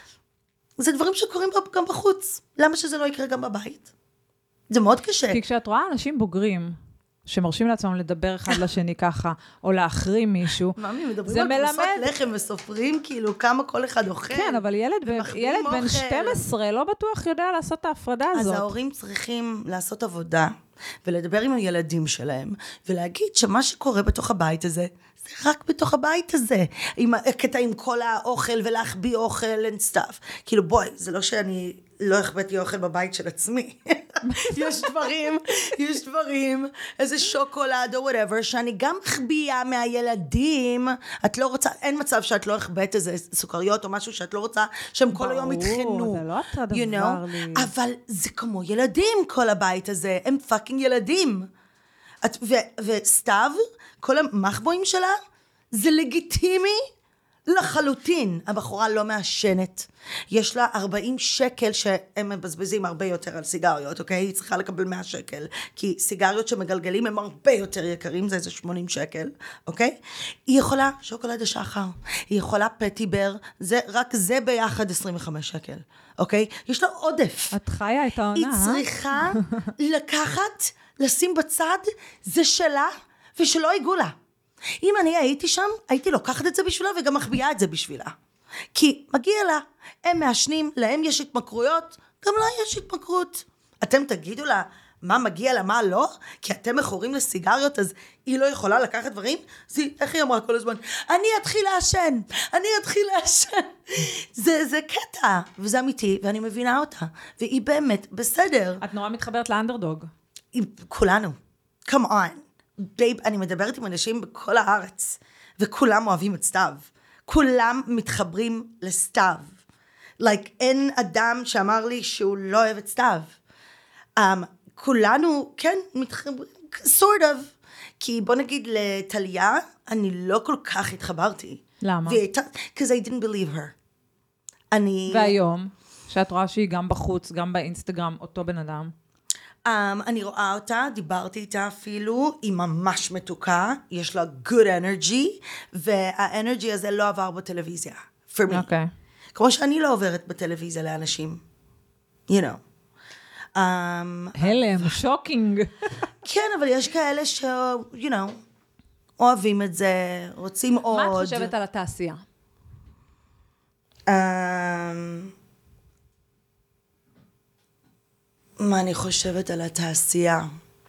זה דברים שקורים גם בחוץ, למה שזה לא יקרה גם בבית? זה מאוד קשה. כי כשאת רואה אנשים בוגרים, שמרשים לעצמם לדבר אחד לשני ככה, או להחרים מישהו, מאמי, מדברים על כוסות לחם וסופרים, כאילו, כמה כל אחד אוכל. כן, אבל ילד, ילד בן שתים עשרה לא בטוח יודע לעשות את ההפרדה הזאת. אז ההורים צריכים לעשות עבודה, ולדבר עם הילדים שלהם, ולהגיד שמה שקורה בתוך הבית הזה, זה רק בתוך הבית הזה. עם הקטע עם כל האוכל, ולהחביא אוכל and stuff. כאילו, בואי, זה לא שאני לא החבאתי אוכל בבית של עצמי. יש דברים, יש דברים, איזה שוקולד או whatever, שאני גם מחביאה מהילדים. את לא רוצה, אין מצב שאת לא החבאת איזה סוכריות או משהו שאת לא רוצה, שהם כל היום יתחנו. ברור, זה לא אתה דבר לי. אבל זה כמו ילדים, כל הבית הזה. הם פאקינג ילדים. וסתיו, כל המחבואים שלה, זה לגיטימי לחלוטין. הבחורה לא מעשנת. יש לה ארבעים שקל שהם מבזבזים הרבה יותר על סיגריות, אוקיי? היא צריכה לקבל מאה שקל. כי סיגריות שמגלגלים הם הרבה יותר יקרים, זה איזה שמונים שקל, אוקיי? היא יכולה שוקולד השחר, היא יכולה פטיבר, זה, רק זה ביחד עשרים וחמישה שקל, אוקיי? יש לה עודף. את חיה את העונה, היא צריכה לקחת, לשים בצד, זה שלה, ושלא ייגעו לה. אם אני הייתי שם, הייתי לוקחת את זה בשבילה וגם מחביאה את זה בשבילה. כי מגיע לה, הם מעשנים, להם יש התמכרויות, גם לה יש התמכרות. אתם תגידו לה מה מגיע לה, מה לא? כי אתם מכורים לסיגריות, אז היא לא יכולה לקחת דברים? אז היא, איך היא אמרה כל הזמן? אני אתחיל לעשן, אני אתחיל לעשן. זה, זה קטע, וזה אמיתי, ואני מבינה אותה. והיא באמת בסדר. את נורא מתחברת לאנדרדוג. כולנו. Come on. בייב, אני מדברת עם אנשים בכל הארץ, וכולם אוהבים את סתיו. כולם מתחברים לסתיו. like, אין אדם שאמר לי שהוא לא אוהב את סתיו. Um, כולנו, כן, מתחברים, sort of. כי בוא נגיד לטליה, אני לא כל כך התחברתי. למה? because I didn't believe her. אני... והיום, שאת רואה שהיא גם בחוץ, גם באינסטגרם, אותו בן אדם. Um, אני רואה אותה, דיברתי איתה אפילו, היא ממש מתוקה, יש לה good energy, והאנרגי הזה לא עבר בטלוויזיה, for me. אוקיי. Okay. כמו שאני לא עוברת בטלוויזיה לאנשים, you know. Um, הלם, שוקינג. כן, אבל יש כאלה ש, you know, אוהבים את זה, רוצים עוד. מה את חושבת על התעשייה? Um, מה אני חושבת על התעשייה?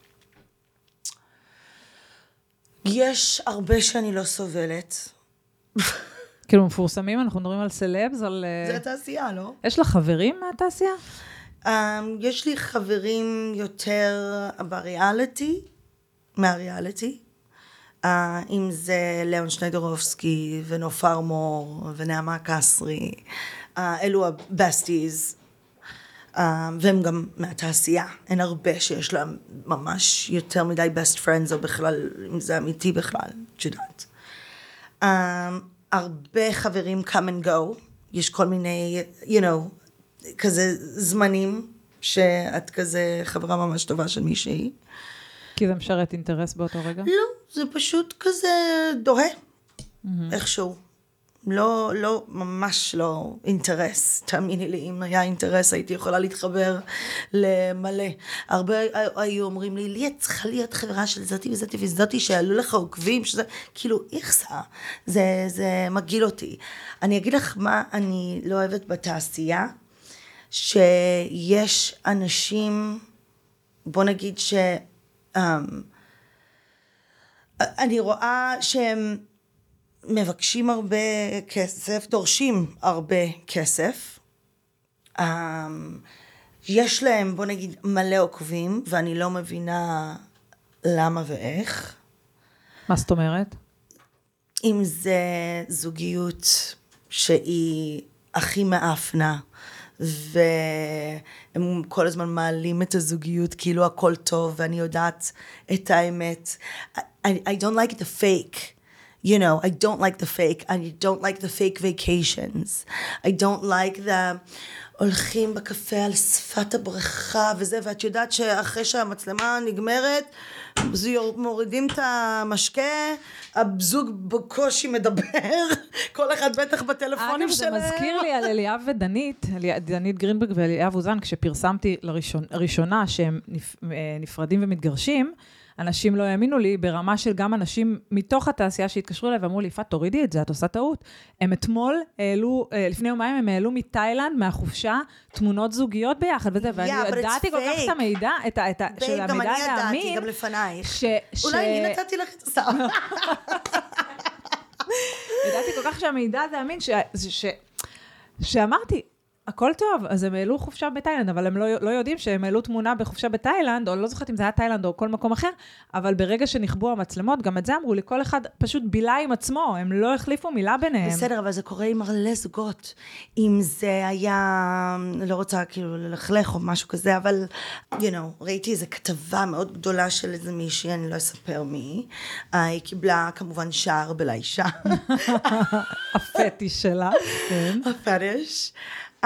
יש הרבה שאני לא סובלת. כאילו מפורסמים, אנחנו מדברים על סלבס, על... זה התעשייה, לא? יש לך חברים מהתעשייה? Um, יש לי חברים יותר בריאליטי, מהריאליטי. Uh, אם זה ליאון שניידרובסקי, ונופר מור, ונעמה קסרי. Uh, אלו הבסטיז. Um, והם גם מהתעשייה. אין הרבה שיש להם ממש יותר מדי best friends, או בכלל, אם זה אמיתי בכלל, את יודעת. Um, הרבה חברים come and go. יש כל מיני, you know, כזה זמנים, שאת כזה חברה ממש טובה של מישהי. כי זה משרת אינטרס באותו רגע? לא, זה פשוט כזה דוהה. Mm-hmm. איכשהו. לא, לא, ממש לא אינטרס. תאמיני לי, אם היה אינטרס, הייתי יכולה להתחבר למלא. הרבה היו אומרים לי, לי את צריכה להיות חברה של זאתי וזאתי וזאתי, שעלו לך עוקבים, שזה, כאילו, איכסה. זה, זה מגיל אותי. אני אגיד לך מה אני לא אוהבת בתעשייה, שיש אנשים, בוא נגיד ש... Um, אני רואה שהם מבקשים הרבה כסף, דורשים הרבה כסף. Um, יש להם, בוא נגיד, מלא עוקבים, ואני לא מבינה למה ואיך. מה זאת אומרת? אם זה זוגיות שהיא הכי מאפנה, והם כל הזמן מעלים את הזוגיות כאילו הכל טוב, ואני יודעת את האמת. I, I don't like the fake, you know, I don't like the fake, I don't like the fake vacations, I don't like the הולכים בקפה על שפת הבריכה וזה, ואת יודעת שאחרי שהמצלמה נגמרת, מורידים את המשקה, הזוג בקושי מדבר, כל אחד בטח בטלפונים שלהם. אגב, זה מזכיר לי על אליאב ודנית, דנית גרינברג ואליאב אוזן, כשפרסמתי לראשונה שהם נפרדים ומתגרשים, אנשים לא האמינו לי, ברמה של גם אנשים מתוך התעשייה שהתקשרו אליי ואמרו לי, יפעת, תורידי את זה, את עושה טעות. הם אתמול העלו, לפני יומיים הם העלו מתאילנד, מהחופשה, תמונות זוגיות ביחד וזה, ואני ידעתי כל כך את המידע, של המידע להאמין. גם אני ידעתי, גם לפנייך. אולי אני נתתי לך את הסתם. ידעתי כל כך שהמידע להאמין, שאמרתי, הכל טוב, אז הם העלו חופשה בתאילנד, אבל הם לא, לא יודעים שהם העלו תמונה בחופשה בתאילנד, או לא זוכרת אם זה היה תאילנד או כל מקום אחר, אבל ברגע שנכבו המצלמות, גם את זה אמרו לי, כל אחד פשוט בילה עם עצמו, הם לא החליפו מילה ביניהם. בסדר, אבל זה קורה עם מלא זוגות. אם זה היה, לא רוצה כאילו ללכלך או משהו כזה, אבל, you know, ראיתי איזו כתבה מאוד גדולה של איזה מישהי, אני לא אספר מי, היא קיבלה כמובן שער בלישה. הפטיש שלה. הפטיש. Um,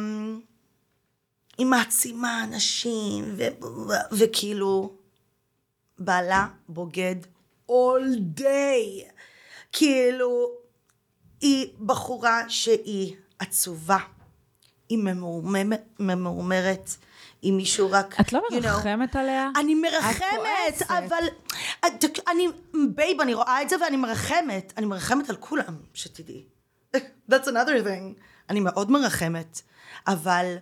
היא מעצימה אנשים, ו- ו- וכאילו, בעלה בוגד all day. כאילו, היא בחורה שהיא עצובה, היא ממורמרת, אם מישהו רק... את לא מרחמת עליה? אני מרחמת, אבל... אני, בייב, אני רואה את זה ואני מרחמת. אני מרחמת על כולם, שתדעי. That's another thing. אני מאוד מרחמת, אבל...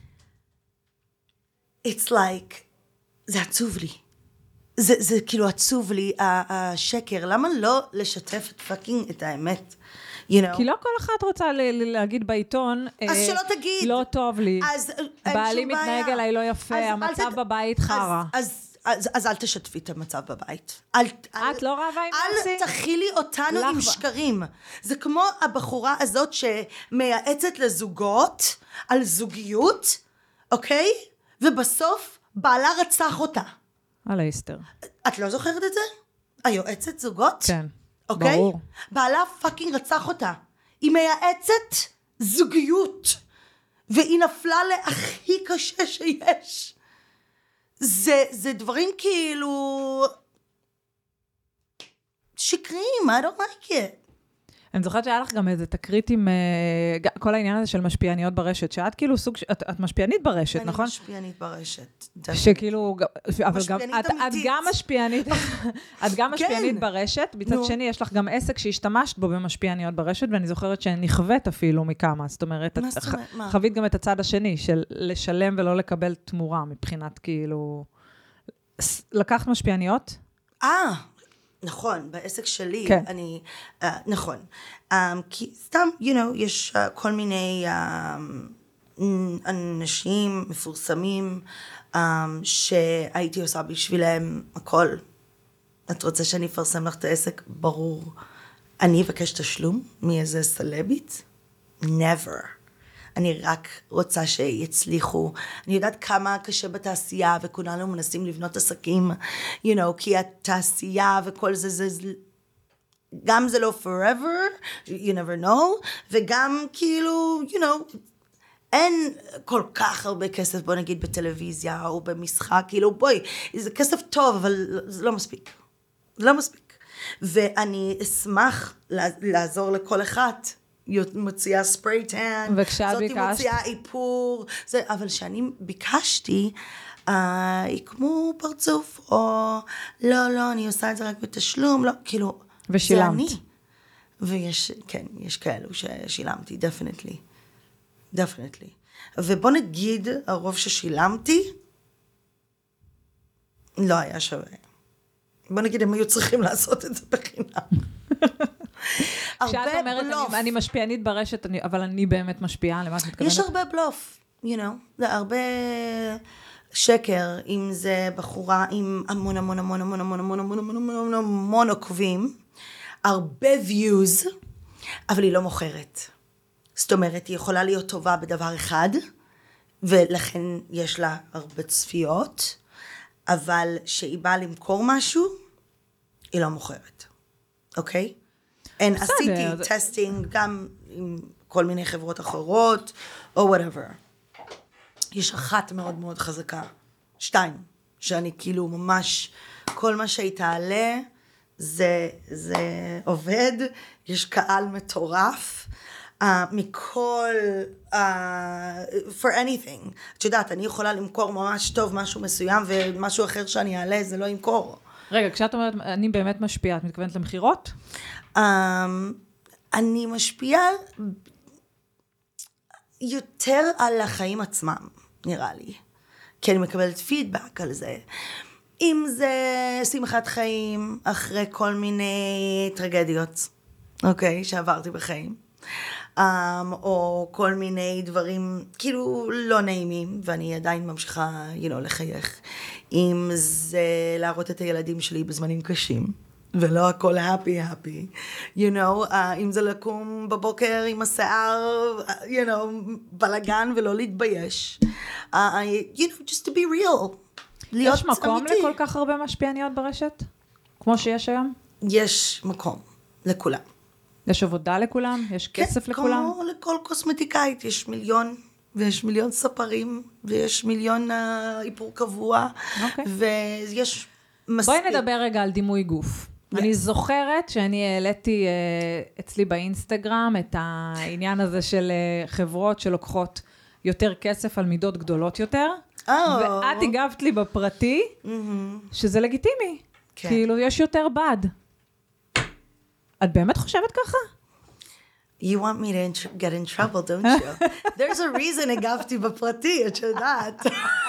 It's like... זה עצוב לי. זה, זה כאילו עצוב לי, השקר. למה לא לשתף את פאקינג את האמת? You know? כי לא כל אחת רוצה ל- להגיד בעיתון, אז אה, שלא תגיד. לא טוב לי, אז, בעלי מתנהג אליי לא יפה, אז, המצב אל בבית חרה. אז, אז, אז, אז אל תשתפי את המצב בבית. אל, את אל, לא רבה עם אל נוסי? תכילי אותנו עם שקרים. זה כמו הבחורה הזאת שמייעצת לזוגות על זוגיות, אוקיי? ובסוף בעלה רצח אותה. על האיסטר. את לא זוכרת את זה? היועצת זוגות? כן. אוקיי? ברור. בעלה פאקינג רצח אותה. היא מייעצת זוגיות. והיא נפלה להכי קשה שיש. זה, זה דברים כאילו... שקרים, I don't like it. אני זוכרת שהיה לך גם איזה תקרית עם uh, כל העניין הזה של משפיעניות ברשת, שאת כאילו סוג, את, את משפיענית ברשת, אני נכון? אני משפיענית ברשת. שכאילו, אבל גם, משפיענית את, את אמיתית. גם משפיענית, את גם משפיענית כן. ברשת, מצד נו. שני יש לך גם עסק שהשתמשת בו במשפיעניות ברשת, ואני זוכרת שנכווית אפילו מכמה, זאת אומרת, מה את, זאת אומרת? מה? חווית גם את הצד השני, של לשלם ולא לקבל תמורה, מבחינת כאילו, לקחת משפיעניות? אה, נכון, בעסק שלי, כן. אני, uh, נכון. Um, כי סתם, you know, יש uh, כל מיני um, אנשים מפורסמים um, שהייתי עושה בשבילם הכל. את רוצה שאני אפרסם לך את העסק? ברור. אני אבקש תשלום מאיזה סלבית? never. אני רק רוצה שיצליחו. אני יודעת כמה קשה בתעשייה, וכולנו מנסים לבנות עסקים, you know, כי התעשייה וכל זה, זה, זה גם זה לא forever, you never know, וגם כאילו, you know, אין כל כך הרבה כסף, בוא נגיד, בטלוויזיה או במשחק, כאילו, בואי, זה כסף טוב, אבל זה לא מספיק. לא מספיק. ואני אשמח לעזור לכל אחת, מוציאה ספרי טן, וכשאת זאתי ביקשת? מוציאה איפור, זה, אבל שאני ביקשתי, אה, היא כמו פרצוף, או לא, לא, אני עושה את זה רק בתשלום, לא, כאילו, ושילמת. זה אני. ויש, כן, יש כאלו ששילמתי, definitely. definitely. ובוא נגיד, הרוב ששילמתי, לא היה שווה. בוא נגיד, הם היו צריכים לעשות את זה בחינם. כשאת אומרת, אני, אני משפיענית ברשת, אני, אבל אני באמת משפיעה, למה את מתכוונת? יש הרבה בלוף, you know, זה הרבה שקר, אם זה בחורה עם המון המון המון המון המון המון המון המון המון המון המון עוקבים, הרבה views, אבל היא לא מוכרת. זאת אומרת, היא יכולה להיות טובה בדבר אחד, ולכן יש לה הרבה צפיות, אבל שהיא באה למכור משהו, היא לא מוכרת. אוקיי? אין, עשיתי טסטינג גם עם כל מיני חברות אחרות, או whatever. יש אחת מאוד מאוד חזקה, שתיים, שאני כאילו ממש, כל מה שהיא תעלה, זה, זה עובד, יש קהל מטורף, uh, מכל, uh, for anything. את יודעת, אני יכולה למכור ממש טוב משהו מסוים, ומשהו אחר שאני אעלה, זה לא ימכור. רגע, כשאת אומרת, אני באמת משפיעה, את מתכוונת למחירות? Um, אני משפיעה יותר על החיים עצמם, נראה לי. כי אני מקבלת פידבק על זה. אם זה שמחת חיים אחרי כל מיני טרגדיות, אוקיי, שעברתי בחיים. Um, או כל מיני דברים כאילו לא נעימים, ואני עדיין ממשיכה, you know, לחייך. אם זה להראות את הילדים שלי בזמנים קשים, ולא הכל happy happy, you know, uh, אם זה לקום בבוקר עם השיער, you know, בלגן ולא להתבייש. Uh, you know, just to be real. יש מקום אמיתי. לכל כך הרבה משפיעניות ברשת? כמו שיש היום? יש מקום לכולם. יש עבודה לכולם? יש כסף כן, לכולם? כמו לכל קוסמטיקאית, יש מיליון, ויש מיליון ספרים, ויש מיליון uh, איפור קבוע, okay. ויש מספיק. בואי נדבר רגע על דימוי גוף. Yes. אני זוכרת שאני העליתי uh, אצלי באינסטגרם את העניין הזה של uh, חברות שלוקחות יותר כסף על מידות גדולות יותר, ואת הגבת לי בפרטי, שזה לגיטימי. כאילו, יש יותר בד. את באמת חושבת ככה? You want me to get in trouble, don't you? There's a reason הגבתי בפרטי, את יודעת.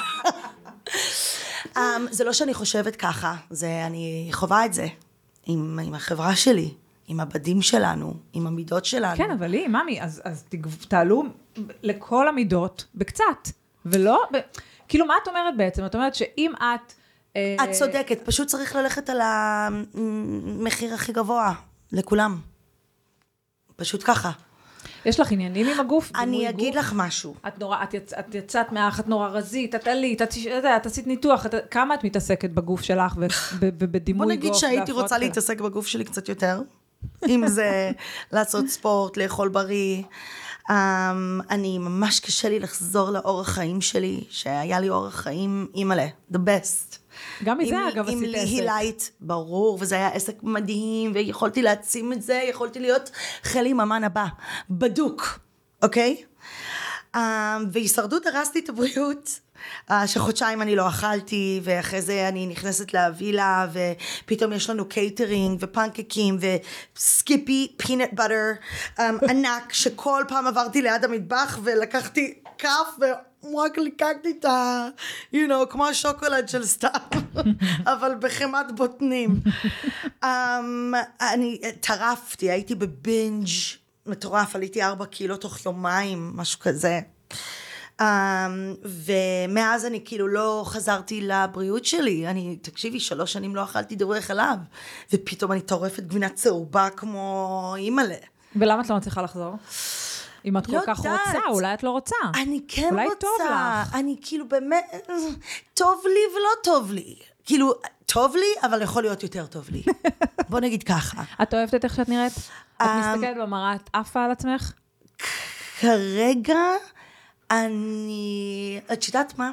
um, זה לא שאני חושבת ככה, זה, אני חווה את זה עם, עם החברה שלי, עם הבדים שלנו, עם המידות שלנו. כן, אבל היא, ממי, אז, אז תעלו לכל המידות בקצת, ולא, ב... כאילו, מה את אומרת בעצם? את אומרת שאם את... את צודקת, פשוט צריך ללכת על המחיר הכי גבוה, לכולם. פשוט ככה. יש לך עניינים עם הגוף? אני אגיד לך משהו. את נורא, את, יצ, את יצאת מאח, את נורא רזית, את עלית, את, את, את עשית ניתוח, את, כמה את מתעסקת בגוף שלך ובדימוי גוף? בוא נגיד שהייתי רוצה להתעסק בגוף שלי קצת יותר, אם זה לעשות ספורט, לאכול בריא. Um, אני ממש קשה לי לחזור לאורח חיים שלי, שהיה לי אורח חיים אימאלה, the best. גם מזה, אגב, עשית עסק. עם להילייט, ברור, וזה היה עסק מדהים, ויכולתי להעצים את זה, יכולתי להיות חלי ממן הבא, בדוק, אוקיי? Um, והישרדות הרסתי את הבריאות, uh, שחודשיים אני לא אכלתי, ואחרי זה אני נכנסת להווילה, ופתאום יש לנו קייטרינג, ופנקקים, וסקיפי, פינט בטר, um, ענק, שכל פעם עברתי ליד המטבח, ולקחתי כף, ו... רק ליקקתי את ה... you know, כמו השוקולד של סתם, אבל בחמת בוטנים. um, אני טרפתי, הייתי בבינג' מטורף, עליתי ארבע קילו תוך יומיים, משהו כזה. Um, ומאז אני כאילו לא חזרתי לבריאות שלי, אני, תקשיבי, שלוש שנים לא אכלתי דברי חלב, ופתאום אני טורפת גבינה צהובה כמו אימאלה. ולמה את לא מצליחה לחזור? אם את כל לא כך דת. רוצה, אולי את לא רוצה. אני כן אולי רוצה. טוב לך. אני כאילו באמת, טוב לי ולא טוב לי. כאילו, טוב לי, אבל יכול להיות יותר טוב לי. בוא נגיד ככה. את אוהבת את איך שאת נראית? את מסתכלת במראה, את עפה על עצמך? כרגע, אני... את יודעת מה?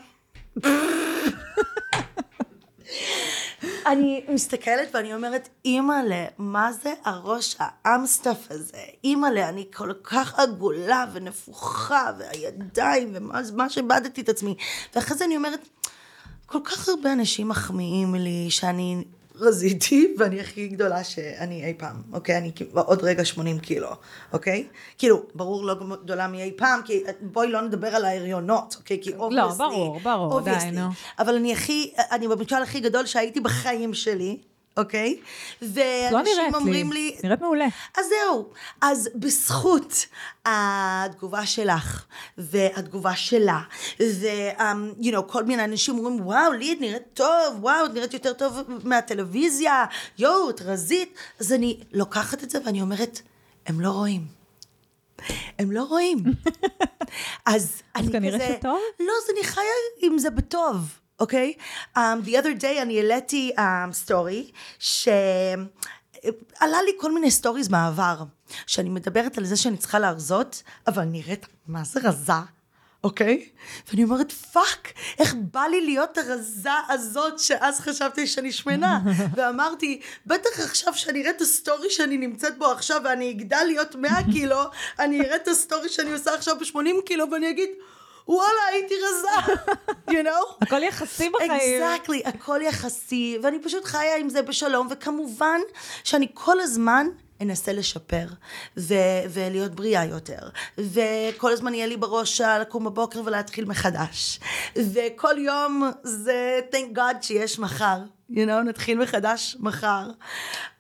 אני מסתכלת ואני אומרת, אימאלה, מה זה הראש האמסטף הזה? אימאלה, אני כל כך עגולה ונפוחה, והידיים, ומה שבדתי את עצמי. ואחרי זה אני אומרת, כל כך הרבה אנשים מחמיאים לי שאני רזיתי, ואני הכי גדולה שאני אי פעם, אוקיי? אני עוד רגע שמונים קילו, אוקיי? כאילו, ברור לא גדולה מאי פעם, כי בואי לא נדבר על ההריונות, אוקיי? כי obviously, לא, ברור, ברור, די, נו. אבל אני הכי, אני במשקל הכי גדול שהייתי בחיים שלי, אוקיי? ואנשים אומרים לי... נראית מעולה. אז זהו. אז בזכות התגובה שלך, והתגובה שלה, ו- you know, כל מיני אנשים אומרים, וואו, לי את נראית טוב, וואו, את נראית יותר טוב מהטלוויזיה, יואו, את רזית. אז אני לוקחת את זה ואני אומרת, הם לא רואים. הם לא רואים. אז אני כזה... כנראה שטוב? לא, אז אני חיה עם זה בטוב. אוקיי? Okay? Um, the other day אני העליתי um, story שעלה לי כל מיני stories מהעבר, שאני מדברת על זה שאני צריכה להרזות, אבל נראית מה זה רזה, אוקיי? Okay? ואני אומרת, פאק, איך בא לי להיות הרזה הזאת שאז חשבתי שאני שמנה, ואמרתי, בטח עכשיו שאני אראה את הסטורי שאני נמצאת בו עכשיו, ואני אגדל להיות מאה קילו, אני אראה את הסטורי שאני עושה עכשיו ב-שמונים קילו, ואני אגיד, וואלה, הייתי רזה, you know? הכל יחסי בחיים. exactly, הכל יחסי, ואני פשוט חיה עם זה בשלום, וכמובן שאני כל הזמן אנסה לשפר, ו- ולהיות בריאה יותר, וכל הזמן יהיה לי בראש לקום בבוקר ולהתחיל מחדש, וכל יום זה thank God שיש מחר, you know, נתחיל מחדש מחר, um,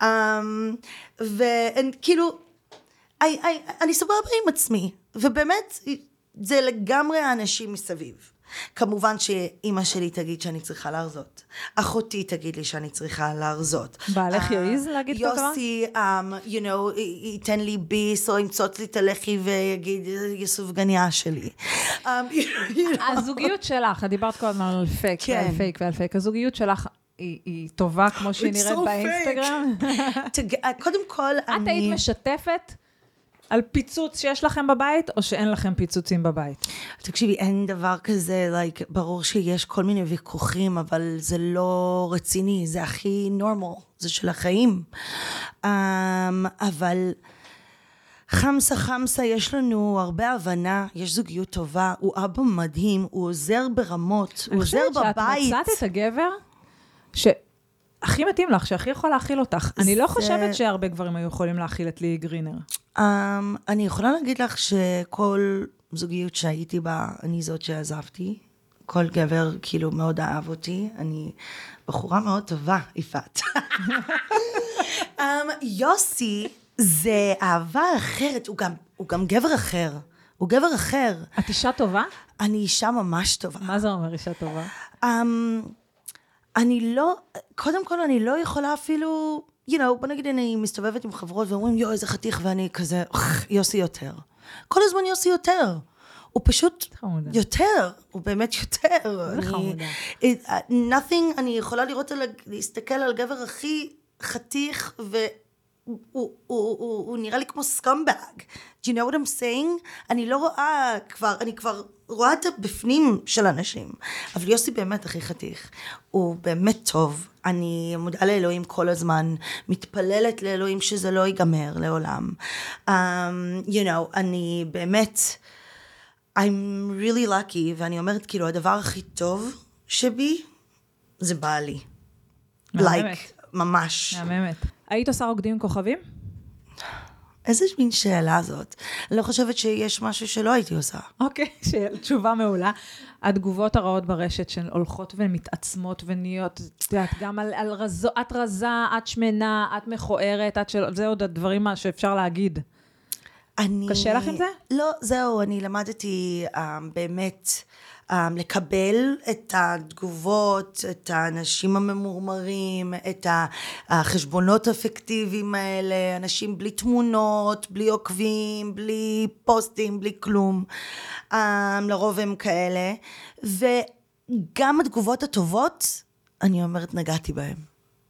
וכאילו, I, I, אני סבבה עם עצמי, ובאמת, זה לגמרי האנשים מסביב. כמובן שאמא שלי תגיד שאני צריכה להרזות. אחותי תגיד לי שאני צריכה להרזות. בעלך יעיז להגיד כל דבר? יוסי, you know, ייתן לי ביס או ימצוץ לי את הלחי ויגיד, יסופגניה שלי. הזוגיות שלך, את דיברת כל הזמן על פייק ועל פייק ועל פייק. הזוגיות שלך היא טובה כמו שהיא נראית באינסטגרם? קודם כל, אני... את היית משתפת? על פיצוץ שיש לכם בבית, או שאין לכם פיצוצים בבית? תקשיבי, אין דבר כזה, like, ברור שיש כל מיני ויכוחים, אבל זה לא רציני, זה הכי נורמל, זה של החיים. Um, אבל חמסה חמסה, יש לנו הרבה הבנה, יש זוגיות טובה, הוא אבא מדהים, הוא עוזר ברמות, הוא עוזר בבית. אני חושבת שאת מצאת את הגבר שהכי מתאים לך, שהכי יכול להכיל אותך. אני לא חושבת שהרבה גברים היו יכולים להכיל את לי גרינר. אני יכולה להגיד לך שכל זוגיות שהייתי בה, אני זאת שעזבתי. כל גבר כאילו מאוד אהב אותי. אני בחורה מאוד טובה, יפעת. יוסי, זה אהבה אחרת, הוא גם, הוא גם גבר אחר. הוא גבר אחר. את אישה טובה? אני אישה ממש טובה. מה זה אומר אישה טובה? Um, אני לא, קודם כל אני לא יכולה אפילו, you know, בוא נגיד אני מסתובבת עם חברות ואומרים, יו, איזה חתיך, ואני כזה, יוסי יותר. כל הזמן יוסי יותר. הוא פשוט חמודה. יותר, הוא באמת יותר. זה חמודה. It, uh, nothing, אני יכולה לראות, על, להסתכל על גבר הכי חתיך, ו... הוא, הוא, הוא, הוא, הוא נראה לי כמו סקמבג. Do you know what I'm saying? אני לא רואה כבר, אני כבר רואה את הבפנים של אנשים. אבל יוסי באמת הכי חתיך. הוא באמת טוב. אני מודעה לאלוהים כל הזמן. מתפללת לאלוהים שזה לא ייגמר לעולם. Um, you know, אני באמת, I'm really lucky, ואני אומרת כאילו, הדבר הכי טוב שבי, זה בעלי. מהממת. Like, ממש. מהממת. היית עושה רוקדים עם כוכבים? איזה מין שאלה זאת? אני לא חושבת שיש משהו שלא הייתי עושה. אוקיי, תשובה מעולה. התגובות הרעות ברשת שהן הולכות ומתעצמות ונהיות, את יודעת, גם על, על רזו, את רזה, את שמנה, את מכוערת, את של... זה עוד הדברים שאפשר להגיד. אני... קשה לך עם זה? לא, זהו, אני למדתי um, באמת um, לקבל את התגובות, את האנשים הממורמרים, את החשבונות הפיקטיביים האלה, אנשים בלי תמונות, בלי עוקבים, בלי פוסטים, בלי כלום. Um, לרוב הם כאלה. וגם התגובות הטובות, אני אומרת, נגעתי בהם.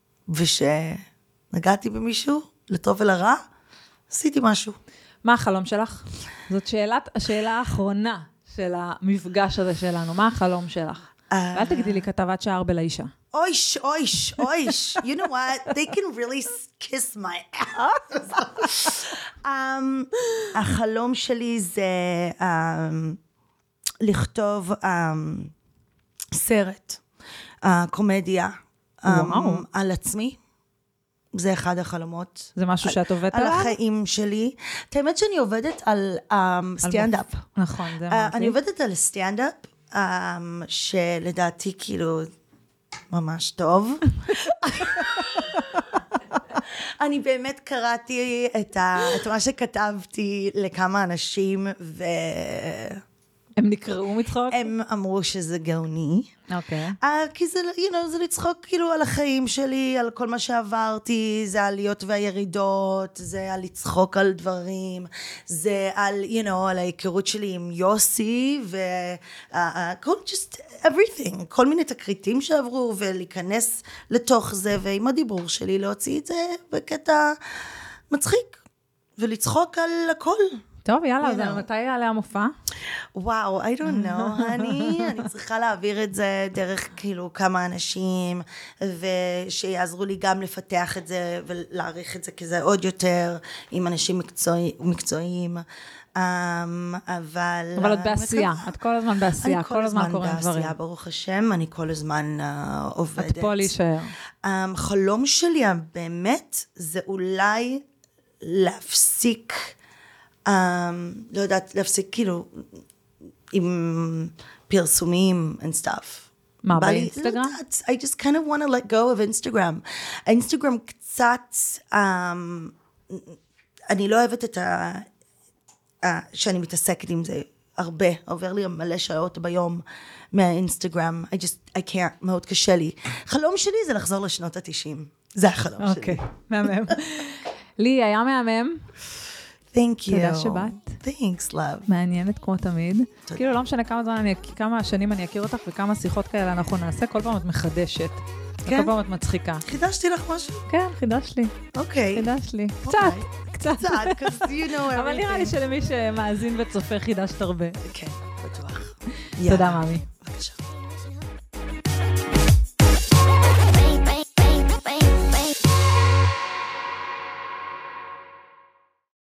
ושנגעתי במישהו, לטוב ולרע, עשיתי משהו. מה החלום שלך? זאת שאלת, השאלה האחרונה של המפגש הזה שלנו. מה החלום שלך? ואל תגידי לי כתבת שער בלאישה. אויש, אויש, אויש. You know what? They can really kiss my ass. um, החלום שלי זה um, לכתוב um, סרט, uh, קומדיה um, על עצמי. זה אחד החלומות. זה משהו שאת עובדת עליו? עליו? על החיים שלי. את האמת שאני עובדת על סטנד-אפ. נכון, זה אמרתי. אני עובדת על סטנד-אפ, שלדעתי כאילו ממש טוב. אני באמת קראתי את מה שכתבתי לכמה אנשים, ו... הם נקראו מצחוק? הם אמרו שזה גאוני. אוקיי. Uh, כי זה, you know, זה לצחוק כאילו על החיים שלי, על כל מה שעברתי, זה העליות והירידות, זה על לצחוק על דברים, זה על, you know, על ההיכרות שלי עם יוסי, ו... Uh, uh, just everything, כל מיני תקריטים שעברו, ולהיכנס לתוך זה, ועם הדיבור שלי להוציא את זה בקטע מצחיק, ולצחוק על הכל. טוב, יאללה, אז מתי יעלה המופע? וואו, I don't know, אני, אני צריכה להעביר את זה דרך כאילו כמה אנשים, ושיעזרו לי גם לפתח את זה, ולהעריך את זה כזה עוד יותר, עם אנשים מקצועי, מקצועיים, um, אבל... אבל את בעשייה, את כל הזמן בעשייה, כל הזמן קוראים דברים. אני כל הזמן בעשייה, ברוך השם, אני כל הזמן uh, עובדת. את פה להישאר. Um, חלום שלי באמת, זה אולי להפסיק... Um, לא יודעת, להפסיק כאילו עם פרסומים and stuff. מה, באינסטגרם? I just kind of want to let go of Instagram. האינסטגרם קצת, um, אני לא אוהבת את ה... Uh, שאני מתעסקת עם זה הרבה, עובר לי מלא שעות ביום מהאינסטגרם. I just, I can't, מאוד קשה לי. חלום שלי זה לחזור לשנות התשעים. זה החלום שלי. אוקיי, מהמם. לי היה מהמם. Thank you. תודה שבאת. Thanks, love. מעניינת כמו תמיד. כאילו לא משנה כמה זמן אני, כמה שנים אני אכיר אותך וכמה שיחות כאלה אנחנו נעשה, כל פעם את מחדשת. כן? כל פעם את מצחיקה. חידשתי לך משהו? כן, חידש לי. אוקיי. חידש לי. קצת, קצת. קצת, because you know everything. אבל נראה לי שלמי שמאזין וצופה חידשת הרבה. כן, בטוח. תודה, מאמי.